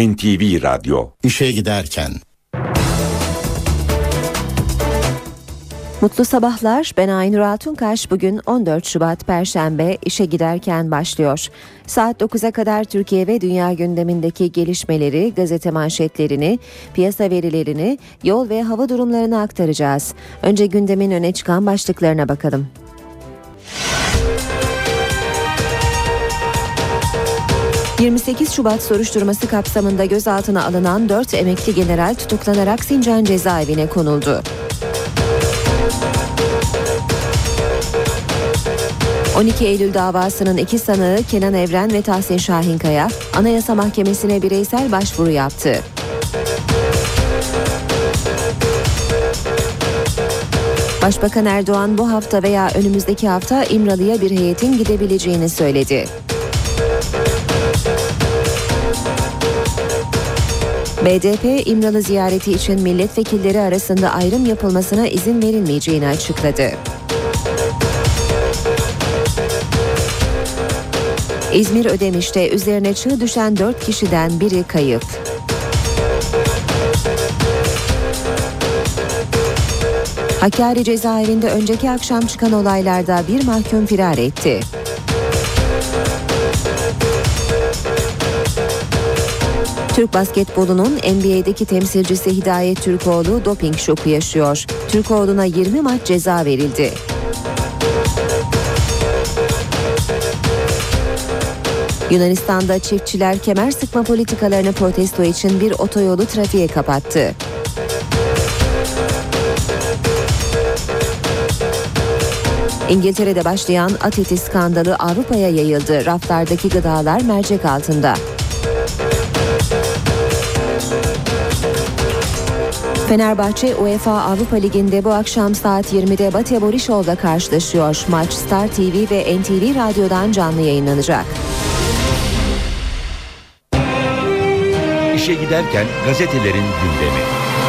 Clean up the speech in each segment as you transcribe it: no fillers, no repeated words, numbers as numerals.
NTV Radyo. İşe giderken. Mutlu sabahlar. Ben Aynur Altunkaş. Bugün 14 Şubat Perşembe. İşe giderken başlıyor. Saat 9'a kadar Türkiye ve dünya gündemindeki gelişmeleri, gazete manşetlerini, piyasa verilerini, yol ve hava durumlarını aktaracağız. Önce gündemin öne çıkan başlıklarına bakalım. ...28 Şubat soruşturması kapsamında gözaltına alınan 4 emekli general tutuklanarak Sincan cezaevine konuldu. 12 Eylül davasının 2 sanığı Kenan Evren ve Tahsin Şahinkaya, Anayasa Mahkemesi'ne bireysel başvuru yaptı. Başbakan Erdoğan bu hafta veya önümüzdeki hafta İmralı'ya bir heyetin gidebileceğini söyledi. BDP, İmralı ziyareti için milletvekilleri arasında ayrım yapılmasına izin verilmeyeceğini açıkladı. İzmir Ödemiş'te üzerine çığ düşen 4 kişiden biri kayıp. Hakkari cezaevinde önceki akşam çıkan olaylarda bir mahkum firar etti. Türk basketbolunun NBA'deki temsilcisi Hidayet Türkoğlu doping şoku yaşıyor. Türkoğlu'na 20 maç ceza verildi. Yunanistan'da çiftçiler kemer sıkma politikalarını protesto için bir otoyolu trafiğe kapattı. İngiltere'de başlayan at eti skandalı Avrupa'ya yayıldı. Raflardaki gıdalar mercek altında. Fenerbahçe UEFA Avrupa Ligi'nde bu akşam saat 20'de Batya Borisov'la karşılaşıyor. Maç Star TV ve NTV Radyo'dan canlı yayınlanacak. İşe giderken gazetelerin gündemi.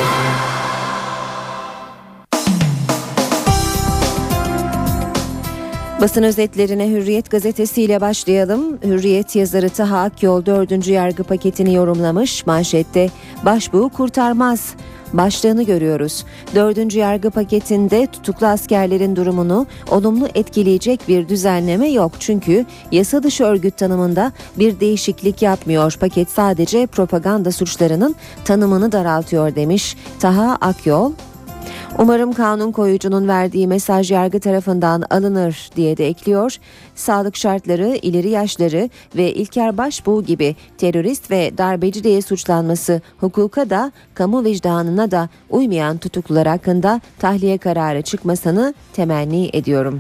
Basın özetlerine Hürriyet gazetesiyle başlayalım. Hürriyet yazarı Taha Akyol 4. yargı paketini yorumlamış. Manşette "Başbuğ kurtarmaz" başlığını görüyoruz. 4. yargı paketinde tutuklu askerlerin durumunu olumlu etkileyecek bir düzenleme yok. Çünkü yasa dışı örgüt tanımında bir değişiklik yapmıyor. Paket sadece propaganda suçlarının tanımını daraltıyor demiş Taha Akyol. Umarım kanun koyucunun verdiği mesaj yargı tarafından alınır diye de ekliyor. Sağlık şartları, ileri yaşları ve İlker Başbuğ gibi terörist ve darbeci diye suçlanması hukuka da kamu vicdanına da uymayan tutuklular hakkında tahliye kararı çıkmasını temenni ediyorum.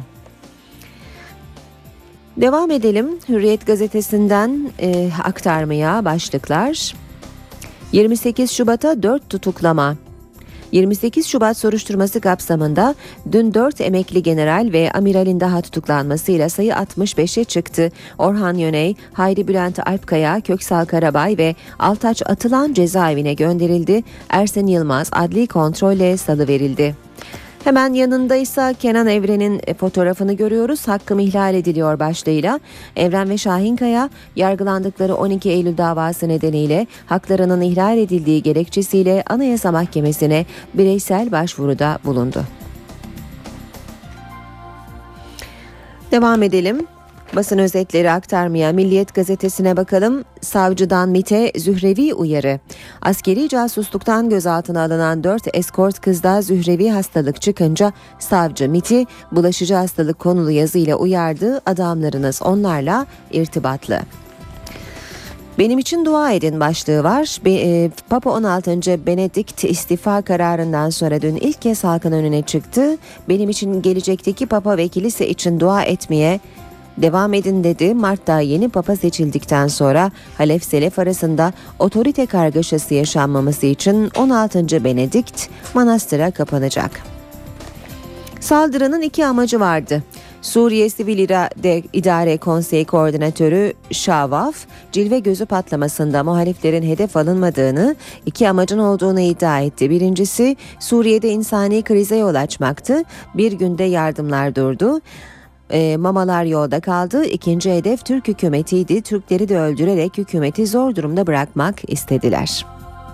Devam edelim Hürriyet gazetesinden aktarmaya başlıklar. 28 Şubat'a 4 tutuklama. 28 Şubat soruşturması kapsamında dün 4 emekli general ve amiralin daha tutuklanmasıyla sayı 65'e çıktı. Orhan Yöney, Hayri Bülent Alpkaya, Köksal Karabay ve Altaç Atılan cezaevine gönderildi. Ersen Yılmaz adli kontrolle salıverildi. Hemen yanındaysa Kenan Evren'in fotoğrafını görüyoruz. Hakkım ihlal ediliyor başlığıyla. Evren ve Şahinkaya yargılandıkları 12 Eylül davası nedeniyle haklarının ihlal edildiği gerekçesiyle Anayasa Mahkemesi'ne bireysel başvuruda bulundu. Devam edelim. Basın özetleri aktarmaya Milliyet gazetesine bakalım. Savcıdan MİT'e zührevi uyarı. Askeri casusluktan gözaltına alınan 4 eskort kızda zührevi hastalık çıkınca savcı MİT'i bulaşıcı hastalık konulu yazıyla uyardı. Adamlarınız onlarla irtibatlı. Benim için dua edin başlığı var. Papa 16. Benedikt istifa kararından sonra dün ilk kez halkın önüne çıktı. Benim için gelecekteki Papa ve kilise için dua etmeye devam edin dedi. Mart'ta yeni Papa seçildikten sonra Halef Selef arasında otorite kargaşası yaşanmaması için 16. Benedikt manastıra kapanacak. Saldırının 2 amacı vardı. Suriye Sivil İdare Konseyi Koordinatörü Şavaf, cilve gözü patlamasında muhaliflerin hedef alınmadığını, 2 amacın olduğunu iddia etti. Birincisi, Suriye'de insani krize yol açmaktı. Bir günde yardımlar durdu. mamalar yolda kaldı. İkinci hedef Türk hükümetiydi. Türkleri de öldürerek hükümeti zor durumda bırakmak istediler.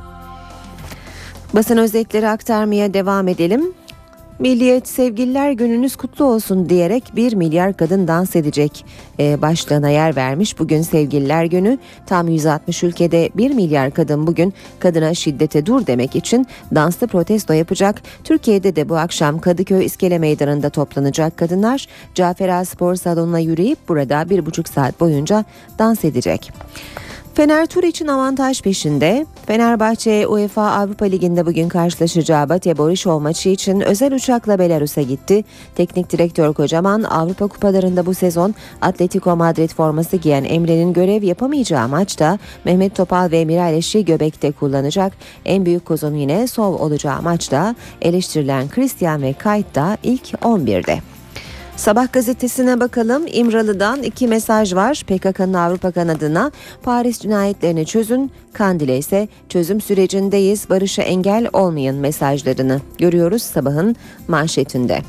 Basın özetleri aktarmaya devam edelim. Milliyet sevgililer gününüz kutlu olsun diyerek 1 milyar kadın dans edecek başlığına yer vermiş. Bugün sevgililer günü, tam 160 ülkede 1 milyar kadın bugün kadına şiddete dur demek için danslı protesto yapacak. Türkiye'de de bu akşam Kadıköy İskele Meydanı'nda toplanacak kadınlar Cafer Ağa Spor Salonu'na yürüyüp burada 1,5 saat boyunca dans edecek. Fener tur için avantaj peşinde. Fenerbahçe UEFA Avrupa Ligi'nde bugün karşılaşacağı Bate Borisov maçı için özel uçakla Belarus'a gitti. Teknik direktör Kocaman Avrupa kupalarında bu sezon Atletico Madrid forması giyen Emre'nin görev yapamayacağı maçta Mehmet Topal ve Mirales'i göbekte kullanacak. En büyük kozun yine Sov olacağı maçta eleştirilen Christian ve Kayt da ilk 11'de. Sabah gazetesine bakalım. İmralı'dan 2 mesaj var. PKK'nın Avrupa kanadına Paris cinayetlerini çözün, Kandil'e ise çözüm sürecindeyiz, barışa engel olmayın mesajlarını görüyoruz sabahın manşetinde.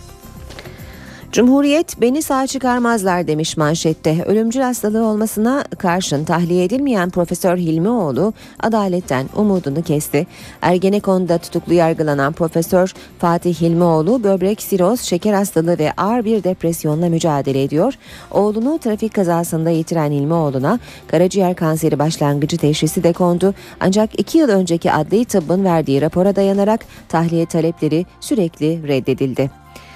Cumhuriyet beni sağ çıkarmazlar demiş manşette. Ölümcül hastalığı olmasına karşın tahliye edilmeyen Profesör Hilmioğlu adaletten umudunu kesti. Ergenekon'da tutuklu yargılanan Profesör Fatih Hilmioğlu böbrek siroz, şeker hastalığı ve ağır bir depresyonla mücadele ediyor. Oğlunu trafik kazasında yitiren Hilmioğlu'na karaciğer kanseri başlangıcı teşhisi de kondu. Ancak 2 yıl önceki adli tıbbın verdiği rapora dayanarak tahliye talepleri sürekli reddedildi.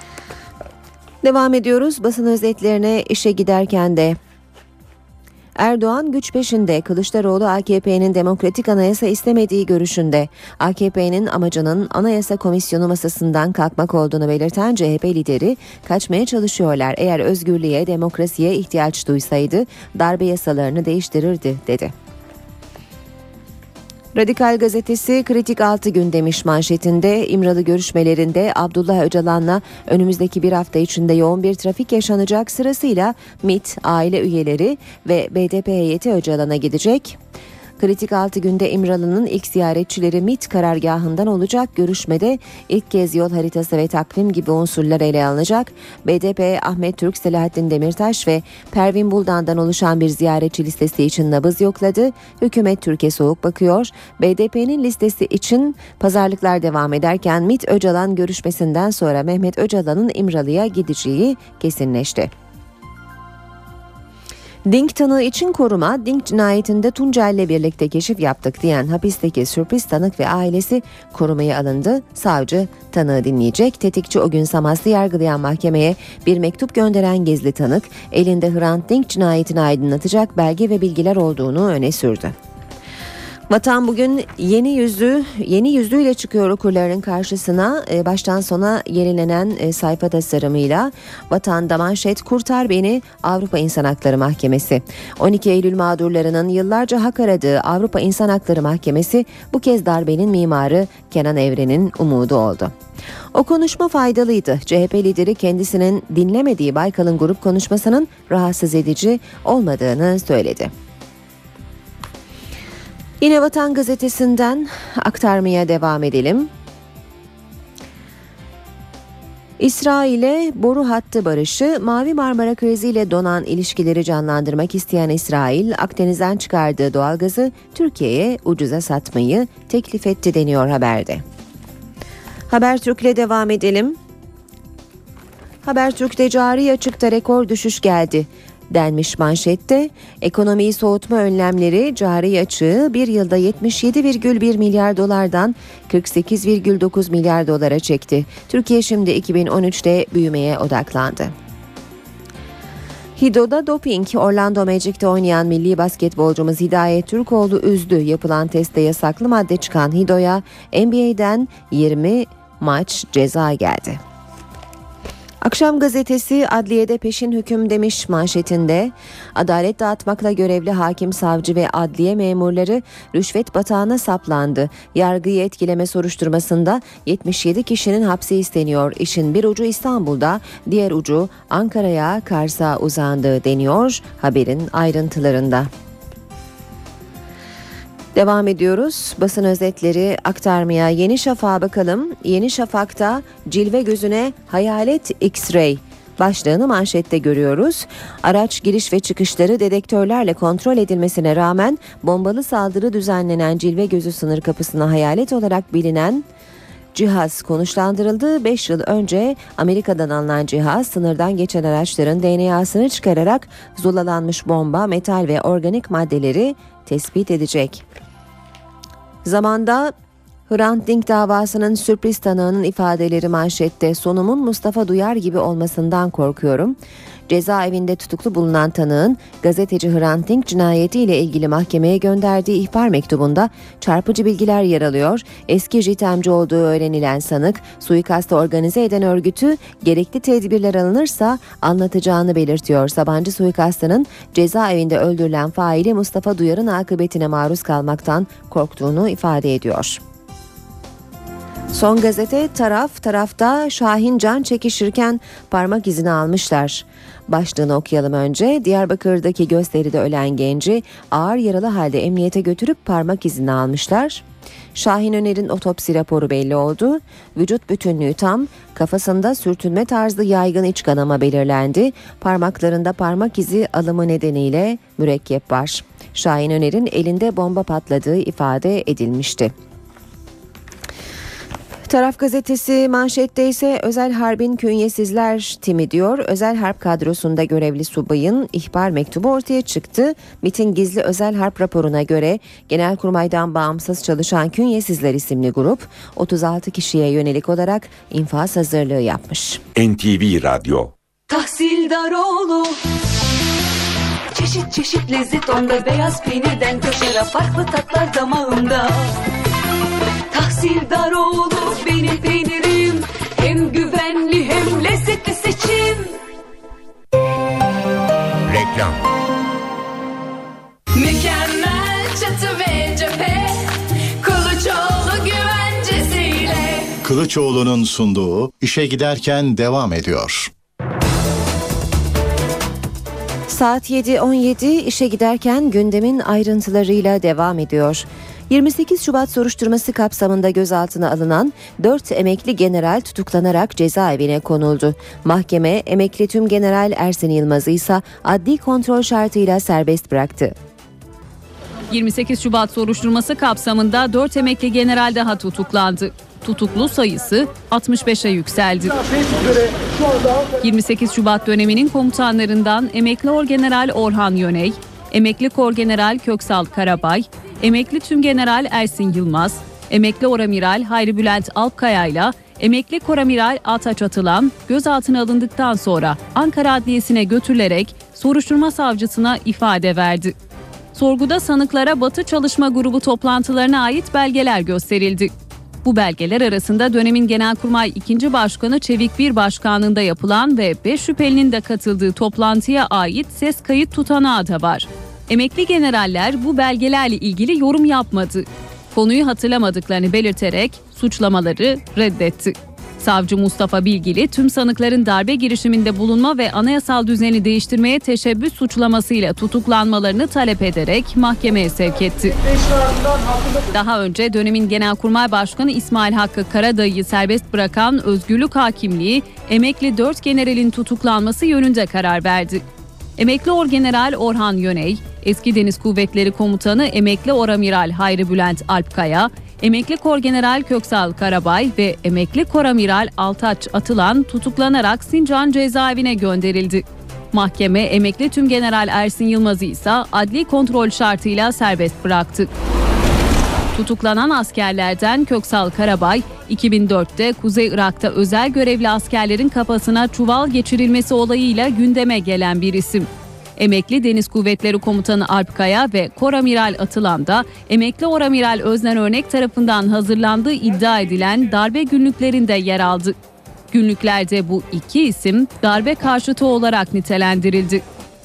Devam ediyoruz basın özetlerine. İşe giderken de Erdoğan güç peşinde, Kılıçdaroğlu AKP'nin demokratik anayasa istemediği görüşünde. AKP'nin amacının anayasa komisyonu masasından kalkmak olduğunu belirten CHP lideri kaçmaya çalışıyorlar. Eğer özgürlüğe, demokrasiye ihtiyaç duysaydı darbe yasalarını değiştirirdi dedi. Radikal gazetesi kritik 6 gün demiş manşetinde. İmralı görüşmelerinde Abdullah Öcalan'la önümüzdeki bir hafta içinde yoğun bir trafik yaşanacak. Sırasıyla MİT, aile üyeleri ve BDP heyeti Öcalan'a gidecek. Kritik 6 günde İmralı'nın ilk ziyaretçileri MİT karargahından olacak. Görüşmede ilk kez yol haritası ve takvim gibi unsurlar ele alınacak. BDP, Ahmet Türk, Selahattin Demirtaş ve Pervin Buldan'dan oluşan bir ziyaretçi listesi için nabız yokladı. Hükümet Türkiye soğuk bakıyor. BDP'nin listesi için pazarlıklar devam ederken MİT Öcalan görüşmesinden sonra Mehmet Öcalan'ın İmralı'ya gideceği kesinleşti. Dink tanığı için koruma, Dink cinayetinde Tuncel'le birlikte keşif yaptık diyen hapisteki sürpriz tanık ve ailesi korumaya alındı. Savcı tanığı dinleyecek. Tetikçi o gün Samas'ı yargılayan mahkemeye bir mektup gönderen gizli tanık, elinde Hrant Dink cinayetini aydınlatacak belge ve bilgiler olduğunu öne sürdü. Vatan bugün yeni yüzüyle çıkıyor okurların karşısına. Baştan sona yenilenen sayfa tasarımıyla. Vatan'da manşet "Kurtar Beni Avrupa İnsan Hakları Mahkemesi". 12 Eylül mağdurlarının yıllarca hak aradığı Avrupa İnsan Hakları Mahkemesi bu kez darbenin mimarı Kenan Evren'in umudu oldu. O konuşma faydalıydı. CHP lideri kendisinin dinlemediği Baykal'ın grup konuşmasının rahatsız edici olmadığını söyledi. Yine Vatan Gazetesi'nden aktarmaya devam edelim. İsrail'e boru hattı barışı, Mavi Marmara kriziyle donan ilişkileri canlandırmak isteyen İsrail, Akdeniz'den çıkardığı doğalgazı Türkiye'ye ucuza satmayı teklif etti deniyor haberde. Habertürk'le devam edelim. Habertürk'te cari açıkta rekor düşüş geldi denmiş manşette. Ekonomiyi soğutma önlemleri cari açığı bir yılda 77,1 milyar dolardan 48,9 milyar dolara çekti. Türkiye şimdi 2013'te büyümeye odaklandı. Hido'da doping, Orlando Magic'te oynayan milli basketbolcumuz Hidayet Türkoğlu üzdü. Yapılan testte yasaklı madde çıkan Hido'ya NBA'den 20 maç ceza geldi. Akşam gazetesi adliyede peşin hüküm demiş manşetinde. Adalet dağıtmakla görevli hakim, savcı ve adliye memurları rüşvet batağına saplandı. Yargıyı etkileme soruşturmasında 77 kişinin hapsi isteniyor. İşin bir ucu İstanbul'da, diğer ucu Ankara'ya, Kars'a uzandı deniyor haberin ayrıntılarında. Devam ediyoruz. Basın özetleri aktarmaya. Yeni Şafak'a bakalım. Yeni Şafak'ta cilve gözüne hayalet X-ray. Başlığını manşette görüyoruz. Araç giriş ve çıkışları dedektörlerle kontrol edilmesine rağmen bombalı saldırı düzenlenen Cilve Gözü sınır kapısına hayalet olarak bilinen cihaz konuşlandırıldı. 5 yıl önce Amerika'dan alınan cihaz sınırdan geçen araçların DNA'sını çıkararak zulalanmış bomba, metal ve organik maddeleri tespit edecek. Zamanda Hrant Dink davasının sürpriz tanığının ifadeleri manşette. Sonumun Mustafa Duyar gibi olmasından korkuyorum. Cezaevinde tutuklu bulunan tanığın gazeteci Hrant Dink cinayetiyle ilgili mahkemeye gönderdiği ihbar mektubunda çarpıcı bilgiler yer alıyor. Eski JITEM'ci olduğu öğrenilen sanık, suikastı organize eden örgütü gerekli tedbirler alınırsa anlatacağını belirtiyor. Sabancı suikastının cezaevinde öldürülen faili Mustafa Duyar'ın akıbetine maruz kalmaktan korktuğunu ifade ediyor. Son Gazete tarafta Şahin Can çekişirken parmak izini almışlar. Başlığını okuyalım önce. Diyarbakır'daki gösteride ölen genci ağır yaralı halde emniyete götürüp parmak izini almışlar. Şahin Öner'in otopsi raporu belli oldu. Vücut bütünlüğü tam, kafasında sürtünme tarzı yaygın iç kanama belirlendi. Parmaklarında parmak izi alımı nedeniyle mürekkep var. Şahin Öner'in elinde bomba patladığı ifade edilmişti. Taraf gazetesi manşette ise özel harbin künyesizler timi diyor. Özel harp kadrosunda görevli subayın ihbar mektubu ortaya çıktı. MİT'in gizli özel harp raporuna göre Genelkurmay'dan bağımsız çalışan Künyesizler isimli grup 36 kişiye yönelik olarak infaz hazırlığı yapmış. NTV Radyo. Tahsildaroğlu, çeşit çeşit lezzet onda, beyaz peynirden köşere farklı tatlar damağımda. Tahsildaroğlu benim peynirim, hem güvenli hem lezzetli seçim. Reklam. Mükemmel çatı ve cephe, Kılıçoğlu güvencesiyle. Kılıçoğlu'nun sunduğu İşe Giderken devam ediyor. Saat 7.17 işe giderken gündemin ayrıntılarıyla devam ediyor. 28 Şubat soruşturması kapsamında gözaltına alınan 4 emekli general tutuklanarak cezaevine konuldu. Mahkeme emekli Tümgeneral Ersin Yılmaz'ı ise adli kontrol şartıyla serbest bıraktı. 28 Şubat soruşturması kapsamında 4 emekli general daha tutuklandı. Tutuklu sayısı 65'e yükseldi. 28 Şubat döneminin komutanlarından emekli Orgeneral Orhan Yöney, emekli Korgeneral Köksal Karabay, emekli Tümgeneral Ersin Yılmaz, emekli Oramiral Hayri Bülent Alpkaya ile emekli Koramiral Ataç Atılan gözaltına alındıktan sonra Ankara Adliyesi'ne götürülerek soruşturma savcısına ifade verdi. Sorguda sanıklara Batı Çalışma Grubu toplantılarına ait belgeler gösterildi. Bu belgeler arasında dönemin Genelkurmay 2. Başkanı Çevik Bir Başkanlığı'nda yapılan ve 5 şüphelinin de katıldığı toplantıya ait ses kayıt tutanağı da var. Emekli generaller bu belgelerle ilgili yorum yapmadı. Konuyu hatırlamadıklarını belirterek suçlamaları reddetti. Savcı Mustafa Bilgili tüm sanıkların darbe girişiminde bulunma ve anayasal düzeni değiştirmeye teşebbüs suçlamasıyla tutuklanmalarını talep ederek mahkemeye sevk etti. Daha önce dönemin Genelkurmay Başkanı İsmail Hakkı Karadayı'yı serbest bırakan Özgürlük Hakimliği emekli 4 generalin tutuklanması yönünde karar verdi. Emekli Orgeneral Orhan Yöney, eski Deniz Kuvvetleri Komutanı emekli Oramiral Hayri Bülent Alpkaya, emekli Korgeneral Köksal Karabay ve emekli Koramiral Altaç Atılan tutuklanarak Sincan cezaevine gönderildi. Mahkeme emekli Tümgeneral Ersin Yılmaz'ı ise adli kontrol şartıyla serbest bıraktı. Tutuklanan askerlerden Köksal Karabay, 2004'te Kuzey Irak'ta özel görevli askerlerin kafasına çuval geçirilmesi olayıyla gündeme gelen bir isim. Emekli Deniz Kuvvetleri Komutanı Alpkaya ve Koramiral Atılan da emekli Oramiral Öznen Örnek tarafından hazırlandığı iddia edilen darbe günlüklerinde yer aldı. Günlüklerde bu iki isim darbe karşıtı olarak nitelendirildi.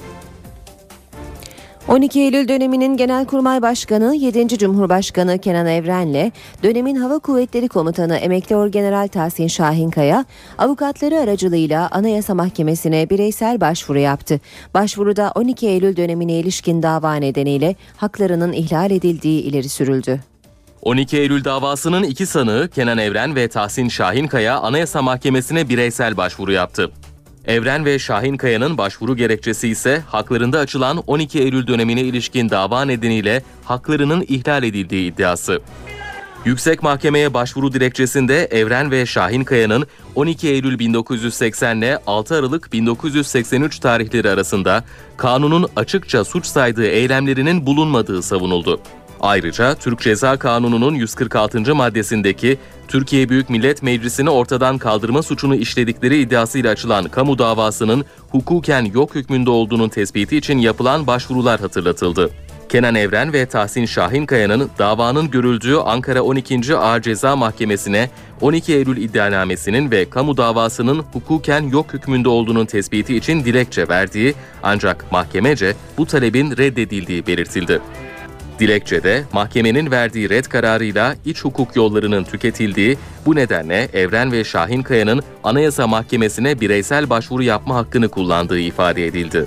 12 Eylül döneminin Genelkurmay Başkanı 7. Cumhurbaşkanı Kenan Evren'le dönemin Hava Kuvvetleri Komutanı Emekli Orgeneral Tahsin Şahinkaya avukatları aracılığıyla Anayasa Mahkemesi'ne bireysel başvuru yaptı. Başvuruda 12 Eylül dönemine ilişkin dava nedeniyle haklarının ihlal edildiği ileri sürüldü. 12 Eylül davasının iki sanığı Kenan Evren ve Tahsin Şahinkaya Anayasa Mahkemesi'ne bireysel başvuru yaptı. Evren ve Şahinkaya'nın başvuru gerekçesi ise haklarında açılan 12 Eylül dönemine ilişkin dava nedeniyle haklarının ihlal edildiği iddiası. Yüksek Mahkeme'ye başvuru dilekçesinde Evren ve Şahinkaya'nın 12 Eylül 1980 ile 6 Aralık 1983 tarihleri arasında kanunun açıkça suç saydığı eylemlerinin bulunmadığı savunuldu. Ayrıca Türk Ceza Kanunu'nun 146. maddesindeki Türkiye Büyük Millet Meclisi'ni ortadan kaldırma suçunu işledikleri iddiasıyla açılan kamu davasının hukuken yok hükmünde olduğunun tespiti için yapılan başvurular hatırlatıldı. Kenan Evren ve Tahsin Şahinkaya'nın davanın görüldüğü Ankara 12. Ağır Ceza Mahkemesi'ne 12 Eylül iddianamesinin ve kamu davasının hukuken yok hükmünde olduğunun tespiti için dilekçe verdiği, ancak mahkemece bu talebin reddedildiği belirtildi. Dilekçede mahkemenin verdiği red kararıyla iç hukuk yollarının tüketildiği, bu nedenle Evren ve Şahinkaya'nın Anayasa Mahkemesi'ne bireysel başvuru yapma hakkını kullandığı ifade edildi.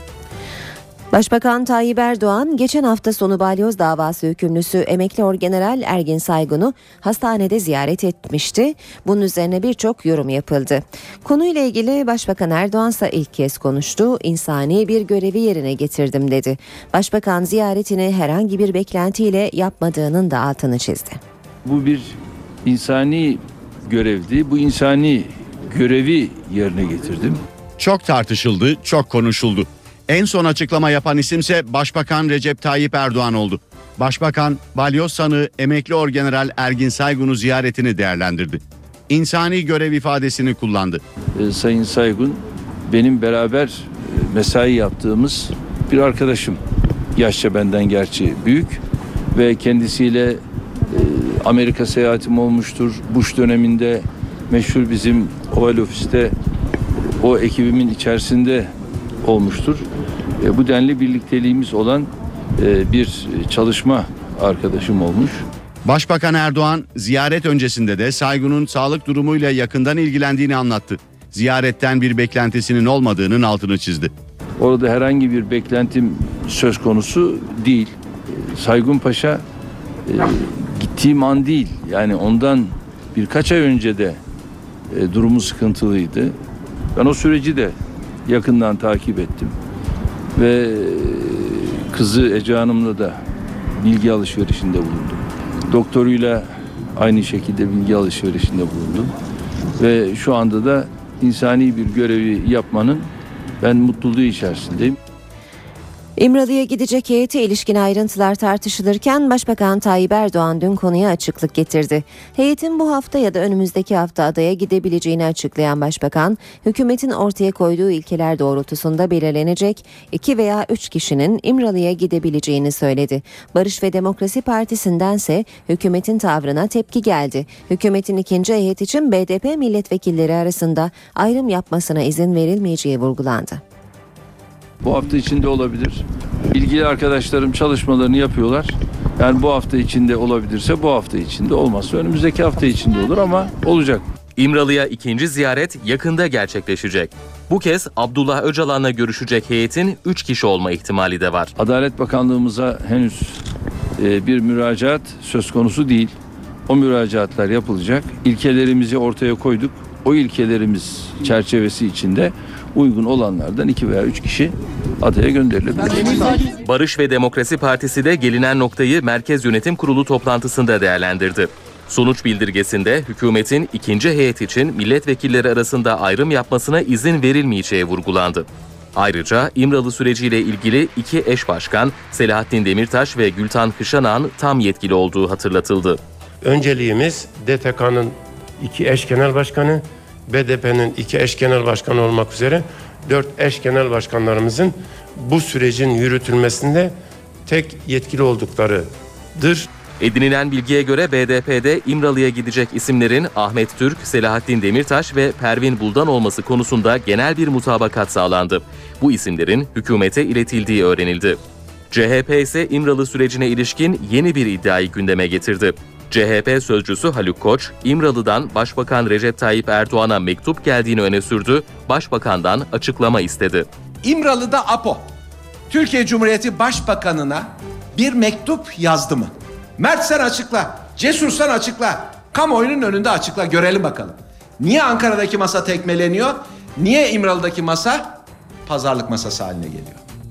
Başbakan Tayyip Erdoğan geçen hafta sonu balyoz davası hükümlüsü emekli orgeneral Ergin Saygun'u hastanede ziyaret etmişti. Bunun üzerine birçok yorum yapıldı. Konuyla ilgili Başbakan Erdoğan ise ilk kez konuştu. İnsani bir görevi yerine getirdim dedi. Başbakan ziyaretini herhangi bir beklentiyle yapmadığının da altını çizdi. Bu bir insani görevdi. Bu insani görevi yerine getirdim. Çok tartışıldı, çok konuşuldu. En son açıklama yapan isimse Başbakan Recep Tayyip Erdoğan oldu. Başbakan, balyoz sanığı emekli orgeneral Ergin Saygun'u ziyaretini değerlendirdi. İnsani görev ifadesini kullandı. Sayın Saygun benim beraber mesai yaptığımız bir arkadaşım. Yaşça benden gerçi büyük ve kendisiyle Amerika seyahatim olmuştur. Bush döneminde meşhur bizim Oval Ofis'te o ekibimin içerisinde olmuştur. Bu denli birlikteliğimiz olan bir çalışma arkadaşım olmuş. Başbakan Erdoğan ziyaret öncesinde de Saygun'un sağlık durumuyla yakından ilgilendiğini anlattı. Ziyaretten bir beklentisinin olmadığının altını çizdi. Orada herhangi bir beklentim söz konusu değil. Saygun Paşa gittiğim an değil, yani ondan birkaç ay önce de durumu sıkıntılıydı. Ben o süreci de yakından takip ettim ve kızı Ece Hanım'la da bilgi alışverişinde bulundum. Doktoruyla aynı şekilde bilgi alışverişinde bulundum ve şu anda da insani bir görevi yapmanın ben mutluluğu içerisindeyim. İmralı'ya gidecek heyete ilişkin ayrıntılar tartışılırken Başbakan Tayyip Erdoğan dün konuya açıklık getirdi. Heyetin bu hafta ya da önümüzdeki hafta adaya gidebileceğini açıklayan Başbakan, hükümetin ortaya koyduğu ilkeler doğrultusunda belirlenecek 2 veya 3 kişinin İmralı'ya gidebileceğini söyledi. Barış ve Demokrasi Partisi'ndense hükümetin tavrına tepki geldi. Hükümetin ikinci heyet için BDP milletvekilleri arasında ayrım yapmasına izin verilmeyeceği vurgulandı. Bu hafta içinde olabilir. İlgili arkadaşlarım çalışmalarını yapıyorlar. Yani bu hafta içinde olabilirse bu hafta içinde, olmazsa önümüzdeki hafta içinde olur ama olacak. İmralı'ya ikinci ziyaret yakında gerçekleşecek. Bu kez Abdullah Öcalan'la görüşecek heyetin 3 kişi olma ihtimali de var. Adalet Bakanlığımıza henüz bir müracaat söz konusu değil. O müracaatlar yapılacak. İlkelerimizi ortaya koyduk. O ilkelerimiz çerçevesi içinde uygun olanlardan 2 veya 3 kişi adaya gönderilebilir. Barış ve Demokrasi Partisi de gelinen noktayı Merkez Yönetim Kurulu toplantısında değerlendirdi. Sonuç bildirgesinde hükümetin ikinci heyet için milletvekilleri arasında ayrım yapmasına izin verilmeyeceği vurgulandı. Ayrıca İmralı süreciyle ilgili 2 eş başkan Selahattin Demirtaş ve Gültan Kışanak'ın tam yetkili olduğu hatırlatıldı. Önceliğimiz DTK'nın 2 eş genel başkanı, BDP'nin 2 eş genel başkanı olmak üzere 4 eş genel başkanlarımızın bu sürecin yürütülmesinde tek yetkili olduklarıdır. Edinilen bilgiye göre BDP'de İmralı'ya gidecek isimlerin Ahmet Türk, Selahattin Demirtaş ve Pervin Buldan olması konusunda genel bir mutabakat sağlandı. Bu isimlerin hükümete iletildiği öğrenildi. CHP ise İmralı sürecine ilişkin yeni bir iddiayı gündeme getirdi. CHP sözcüsü Haluk Koç, İmralı'dan Başbakan Recep Tayyip Erdoğan'a mektup geldiğini öne sürdü, Başbakan'dan açıklama istedi. İmralı'da APO, Türkiye Cumhuriyeti Başbakanı'na bir mektup yazdı mı? Mert sen açıkla, Cesur sen açıkla, kamuoyunun önünde açıkla, görelim bakalım. Niye Ankara'daki masa tekmeleniyor? Niye İmralı'daki masa pazarlık masası haline geliyor?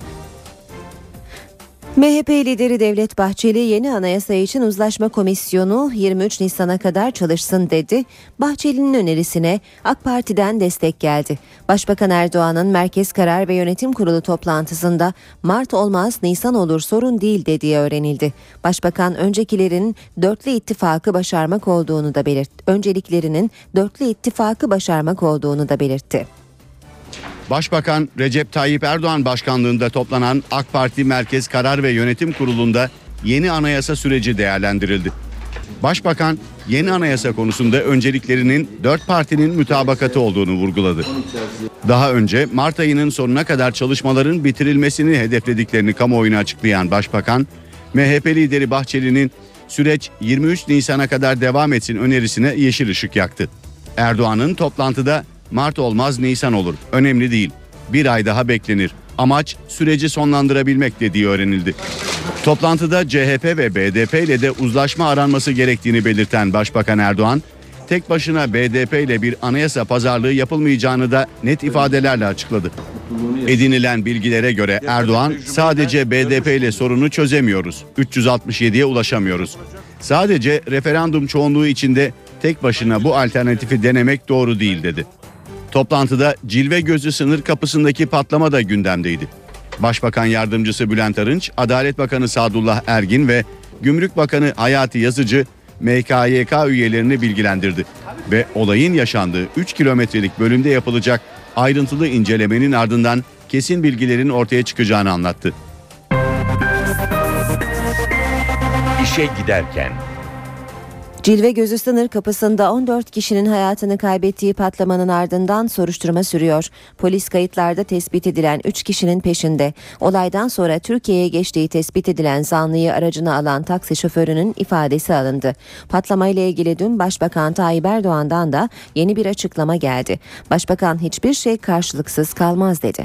MHP lideri Devlet Bahçeli yeni anayasa için uzlaşma komisyonu 23 Nisan'a kadar çalışsın dedi. Bahçeli'nin önerisine AK Parti'den destek geldi. Başbakan Erdoğan'ın Merkez Karar ve Yönetim Kurulu toplantısında Mart olmaz Nisan olur sorun değil dediği öğrenildi. Başbakan önceliklerinin dörtlü ittifakı başarmak olduğunu da belirtti. Başbakan Recep Tayyip Erdoğan başkanlığında toplanan AK Parti Merkez Karar ve Yönetim Kurulu'nda yeni anayasa süreci değerlendirildi. Başbakan yeni anayasa konusunda önceliklerinin 4 partinin mütabakatı olduğunu vurguladı. Daha önce Mart ayının sonuna kadar çalışmaların bitirilmesini hedeflediklerini kamuoyuna açıklayan Başbakan, MHP lideri Bahçeli'nin süreç 23 Nisan'a kadar devam etsin önerisine yeşil ışık yaktı. Erdoğan'ın toplantıda Mart olmaz Nisan olur, önemli değil, bir ay daha beklenir, amaç süreci sonlandırabilmek dediği öğrenildi. Toplantıda CHP ve BDP ile de uzlaşma aranması gerektiğini belirten Başbakan Erdoğan, tek başına BDP ile bir anayasa pazarlığı yapılmayacağını da net ifadelerle açıkladı. Edinilen bilgilere göre Erdoğan, sadece BDP ile sorunu çözemiyoruz, 367'ye ulaşamıyoruz. Sadece referandum çoğunluğu içinde tek başına bu alternatifi denemek doğru değil dedi. Toplantıda Cilve Gözü sınır kapısındaki patlama da gündemdeydi. Başbakan Yardımcısı Bülent Arınç, Adalet Bakanı Sadullah Ergin ve Gümrük Bakanı Hayati Yazıcı MKYK üyelerini bilgilendirdi ve olayın yaşandığı 3 kilometrelik bölümde yapılacak ayrıntılı incelemenin ardından kesin bilgilerin ortaya çıkacağını anlattı. İşe giderken. Cilve Gözü sınır kapısında 14 kişinin hayatını kaybettiği patlamanın ardından soruşturma sürüyor. Polis kayıtlarda tespit edilen 3 kişinin peşinde. Olaydan sonra Türkiye'ye geçtiği tespit edilen zanlıyı aracına alan taksi şoförünün ifadesi alındı. Patlamayla ilgili dün Başbakan Tayyip Erdoğan'dan da yeni bir açıklama geldi. Başbakan hiçbir şey karşılıksız kalmaz dedi.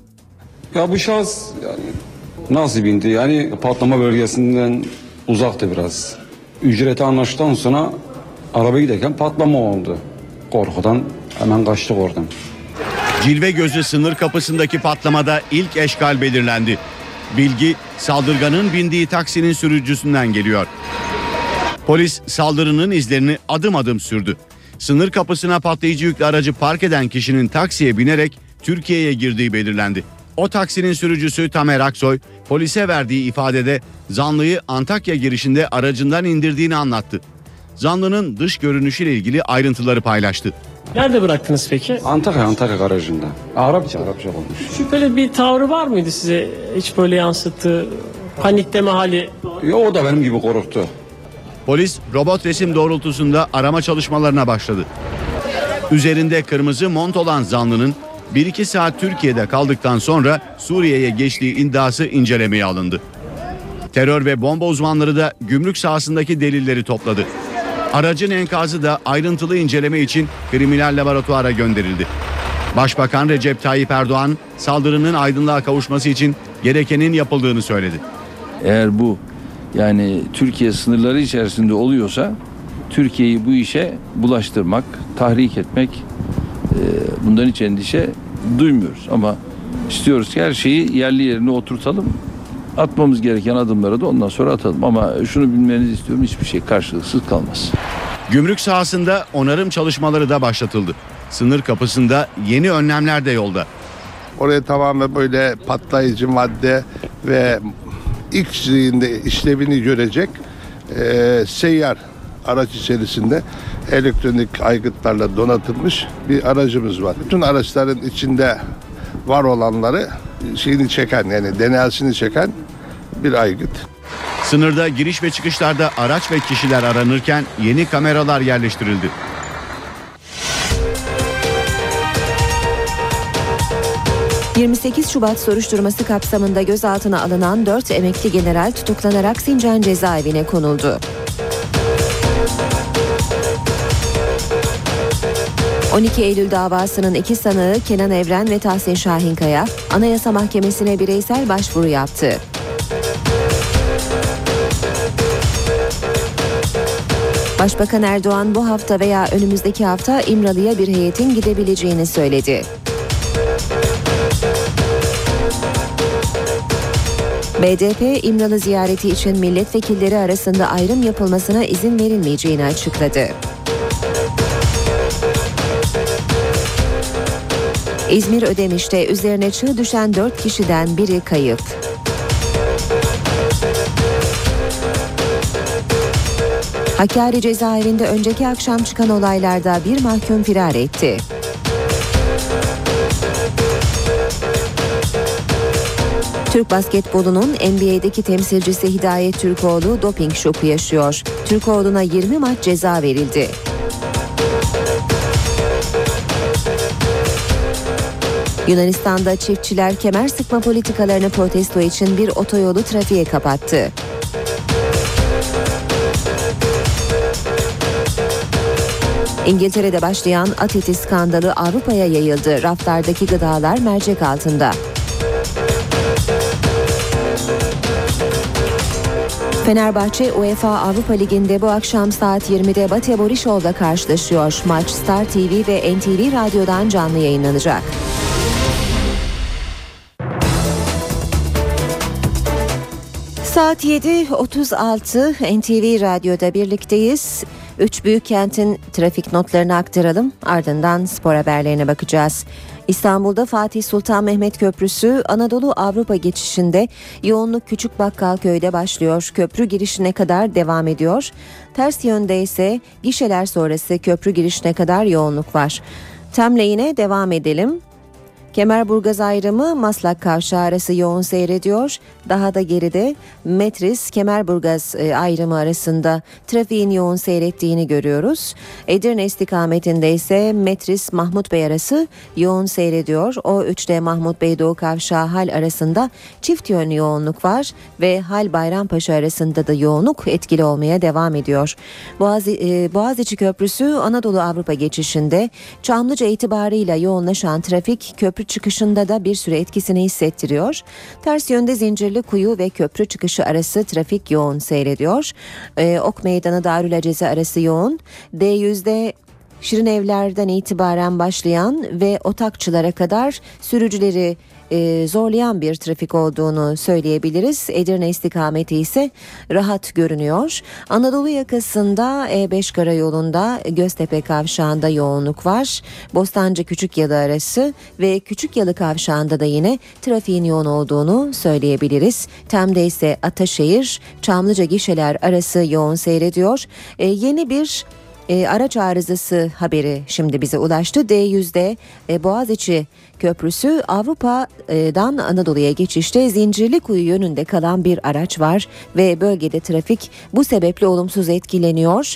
Ya bu şahıs nasıl bindi? Yani patlama bölgesinden uzaktı biraz. Ücreti anlaştıktan sonra araba giderken patlama oldu. Korkudan hemen kaçtık oradan. Cilve Gözü sınır kapısındaki patlamada ilk eşkal belirlendi. Bilgi saldırganın bindiği taksinin sürücüsünden geliyor. Polis saldırının izlerini adım adım sürdü. Sınır kapısına patlayıcı yüklü aracı park eden kişinin taksiye binerek Türkiye'ye girdiği belirlendi. O taksinin sürücüsü Tamer Aksoy, polise verdiği ifadede zanlıyı Antakya girişinde aracından indirdiğini anlattı. Zanlının dış görünüşüyle ilgili ayrıntıları paylaştı. Nerede bıraktınız peki? Antakya garajında. Arapça olmuş. Şüpheli bir tavrı var mıydı size? Hiç böyle yansıttı, panikleme hali? Ya o da benim gibi korktu. Polis robot resim doğrultusunda arama çalışmalarına başladı. Üzerinde kırmızı mont olan zanlının 1-2 saat Türkiye'de kaldıktan sonra Suriye'ye geçtiği iddiası incelemeye alındı. Terör ve bomba uzmanları da gümrük sahasındaki delilleri topladı. Aracın enkazı da ayrıntılı inceleme için kriminal laboratuvara gönderildi. Başbakan Recep Tayyip Erdoğan saldırının aydınlığa kavuşması için gerekenin yapıldığını söyledi. Eğer bu yani Türkiye sınırları içerisinde oluyorsa Türkiye'yi bu işe bulaştırmak, tahrik etmek, bundan hiç endişe duymuyoruz. Ama istiyoruz ki her şeyi yerli yerine oturtalım. Atmamız gereken adımları da ondan sonra atalım. Ama şunu bilmenizi istiyorum, hiçbir şey karşılıksız kalmaz. Gümrük sahasında onarım çalışmaları da başlatıldı. Sınır kapısında yeni önlemler de yolda. Oraya tamamen böyle patlayıcı madde ve ilk işlevini görecek seyyar araç içerisinde elektronik aygıtlarla donatılmış bir aracımız var. Bütün araçların içinde var olanları yani DNA'sını çeken bir aygıt. Sınırda giriş ve çıkışlarda araç ve kişiler aranırken yeni kameralar yerleştirildi. ...28 Şubat soruşturması kapsamında gözaltına alınan 4 emekli general tutuklanarak Sincan cezaevine konuldu. 12 Eylül davasının 2 sanığı Kenan Evren ve Tahsin Şahinkaya, Anayasa Mahkemesi'ne bireysel başvuru yaptı. Başbakan Erdoğan bu hafta veya önümüzdeki hafta İmralı'ya bir heyetin gidebileceğini söyledi. BDP, İmralı ziyareti için milletvekilleri arasında ayrım yapılmasına izin verilmeyeceğini açıkladı. İzmir Ödemiş'te üzerine çığ düşen 4 kişiden biri kayıp. Hakkari cezaevinde önceki akşam çıkan olaylarda bir mahkum firar etti. Türk basketbolunun NBA'deki temsilcisi Hidayet Türkoğlu doping şoku yaşıyor. Türkoğlu'na 20 maç ceza verildi. Yunanistan'da çiftçiler kemer sıkma politikalarını protesto için bir otoyolu trafiğe kapattı. İngiltere'de başlayan at eti skandalı Avrupa'ya yayıldı. Raflardaki gıdalar mercek altında. Fenerbahçe UEFA Avrupa Ligi'nde bu akşam saat 20'de Bate Borisov'la karşılaşıyor. Maç Star TV ve NTV Radyo'dan canlı yayınlanacak. Saat 7.36 NTV Radyo'da birlikteyiz. 3 büyük kentin trafik notlarını aktaralım. Ardından spor haberlerine bakacağız. İstanbul'da Fatih Sultan Mehmet Köprüsü Anadolu Avrupa geçişinde yoğunluk Küçük Bakkalköy'de başlıyor. Köprü girişine kadar devam ediyor. Ters yönde ise gişeler sonrası köprü girişine kadar yoğunluk var. Tem'le devam edelim. Kemerburgaz ayrımı Maslak Kavşağı arası yoğun seyrediyor. Daha da geride Metris Kemerburgaz ayrımı arasında trafiğin yoğun seyrettiğini görüyoruz. Edirne istikametinde ise Metris Mahmut Bey arası yoğun seyrediyor. O3'te Mahmut Bey Doğu Kavşağı Hal arasında çift yönlü yoğunluk var ve Hal Bayrampaşa arasında da yoğunluk etkili olmaya devam ediyor. Boğaziçi Köprüsü Anadolu Avrupa geçişinde Çamlıca itibarıyla yoğunlaşan trafik köprü çıkışında da bir süre etkisini hissettiriyor. Ters yönde Zincirlikuyu ve köprü çıkışı arası trafik yoğun seyrediyor. Ok Meydanı Darülaceze arası yoğun. D100'de Şirinevler'den itibaren başlayan ve Otakçılar'a kadar sürücüleri zorlayan bir trafik olduğunu söyleyebiliriz. Edirne istikameti ise rahat görünüyor. Anadolu yakasında E5 karayolunda Göztepe kavşağında yoğunluk var. Bostancı Küçükyalı arası ve Küçükyalı kavşağında da yine trafiğin yoğun olduğunu söyleyebiliriz. Tem'de ise Ataşehir, Çamlıca gişeler arası yoğun seyrediyor. Yeni bir araç arızası haberi şimdi bize ulaştı. D100'de Boğaziçi Köprüsü Avrupa'dan Anadolu'ya geçişte Zincirlikuyu yönünde kalan bir araç var ve bölgede trafik bu sebeple olumsuz etkileniyor.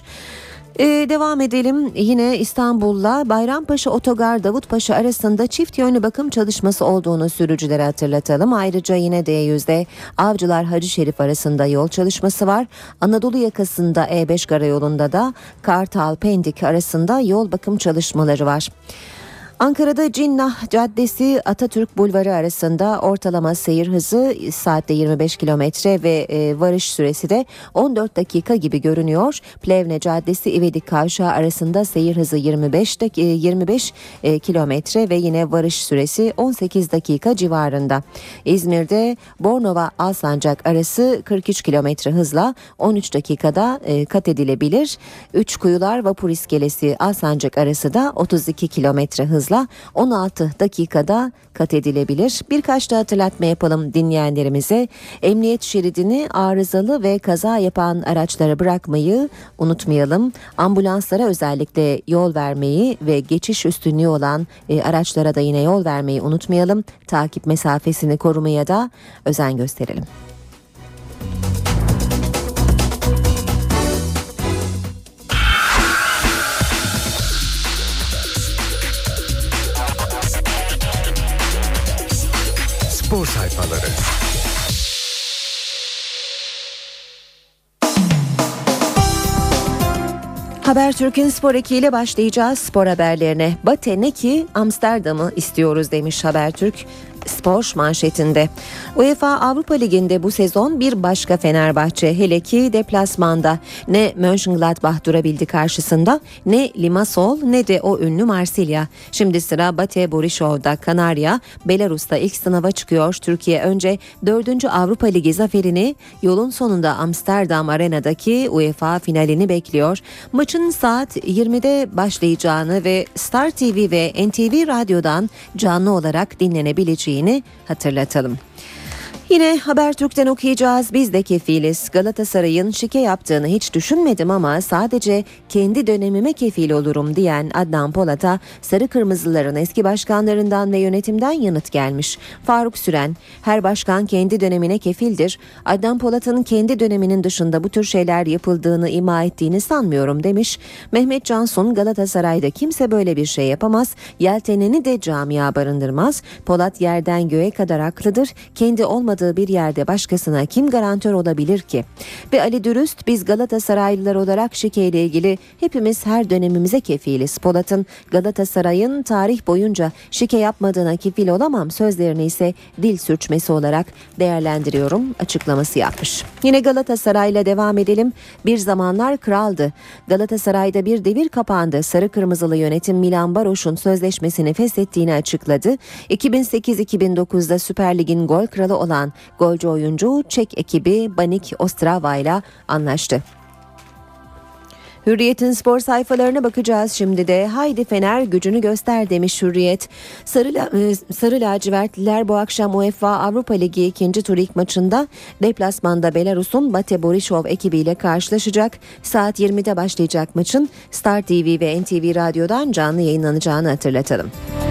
Devam edelim. Yine İstanbul'la Bayrampaşa Otogar Davutpaşa arasında çift yönlü bakım çalışması olduğunu sürücülere hatırlatalım. Ayrıca yine D100'de Avcılar Hacı Şerif arasında yol çalışması var. Anadolu yakasında E5 karayolunda da Kartal Pendik arasında yol bakım çalışmaları var. Ankara'da Cinnah Caddesi Atatürk Bulvarı arasında ortalama seyir hızı saatte 25 kilometre ve varış süresi de 14 dakika gibi görünüyor. Plevne Caddesi İvedik Kavşağı arasında seyir hızı 25 kilometre ve yine varış süresi 18 dakika civarında. İzmir'de Bornova Alsancak arası 43 kilometre hızla 13 dakikada kat edilebilir. Üçkuyular Vapur İskelesi Alsancak arası da 32 kilometre hızla 16 dakikada kat edilebilir. Birkaç da hatırlatma yapalım dinleyenlerimize. Emniyet şeridini arızalı ve kaza yapan araçlara bırakmayı unutmayalım. Ambulanslara özellikle yol vermeyi ve geçiş üstünlüğü olan araçlara da yine yol vermeyi unutmayalım. Takip mesafesini korumaya da özen gösterelim. Spor sayfaları. Habertürk'ün spor ekiyle başlayacağız spor haberlerine. Bate ne ki Amsterdam'ı istiyoruz demiş Habertürk. Spor manşetinde. UEFA Avrupa Ligi'nde bu sezon bir başka Fenerbahçe, hele ki deplasmanda. Ne Mönchengladbach durabildi karşısında, ne Limassol ne de o ünlü Marsilya. Şimdi sıra Bate Borisov'da. Kanarya, Belarus'ta ilk sınava çıkıyor. Türkiye önce 4. Avrupa Ligi zaferini, yolun sonunda Amsterdam Arena'daki UEFA finalini bekliyor. Maçın saat 20'de başlayacağını ve Star TV ve NTV Radyo'dan canlı olarak dinlenebileceğini hatırlatalım. Yine Habertürk'ten okuyacağız. Biz de kefiliz. Galatasaray'ın şike yaptığını hiç düşünmedim ama sadece kendi dönemime kefil olurum diyen Adnan Polat'a sarı kırmızıların eski başkanlarından ve yönetimden yanıt gelmiş. Faruk Süren, her başkan kendi dönemine kefildir. Adnan Polat'ın kendi döneminin dışında bu tür şeyler yapıldığını ima ettiğini sanmıyorum demiş. Mehmet Cansun, Galatasaray'da kimse böyle bir şey yapamaz. Yelteneni de camia barındırmaz. Polat yerden göğe kadar haklıdır. Kendi olmadığı bir yerde başkasına kim garantör olabilir ki? Ve Ali Dürüst, biz Galatasaraylılar olarak şike ile ilgili hepimiz her dönemimize kefiliz. Polat'ın Galatasaray'ın tarih boyunca şike yapmadığına kefil olamam sözlerini ise dil sürçmesi olarak değerlendiriyorum açıklaması yapmış. Yine Galatasaray'la devam edelim. Bir zamanlar kraldı. Galatasaray'da bir devir kapandı. Sarı kırmızılı yönetim Milan Baroş'un sözleşmesini feshettiğini açıkladı. 2008-2009'da Süper Lig'in gol kralı olan golcü oyuncu Çek ekibi Banik Ostrava ile anlaştı. Hürriyet'in spor sayfalarına bakacağız şimdi de. Haydi Fener gücünü göster demiş Hürriyet. Sarı lacivertliler bu akşam UEFA Avrupa Ligi 2. tur ilk maçında deplasmanda Belarus'un Bate Borisov ekibiyle karşılaşacak. Saat 20'de başlayacak maçın Star TV ve NTV Radyo'dan canlı yayınlanacağını hatırlatalım.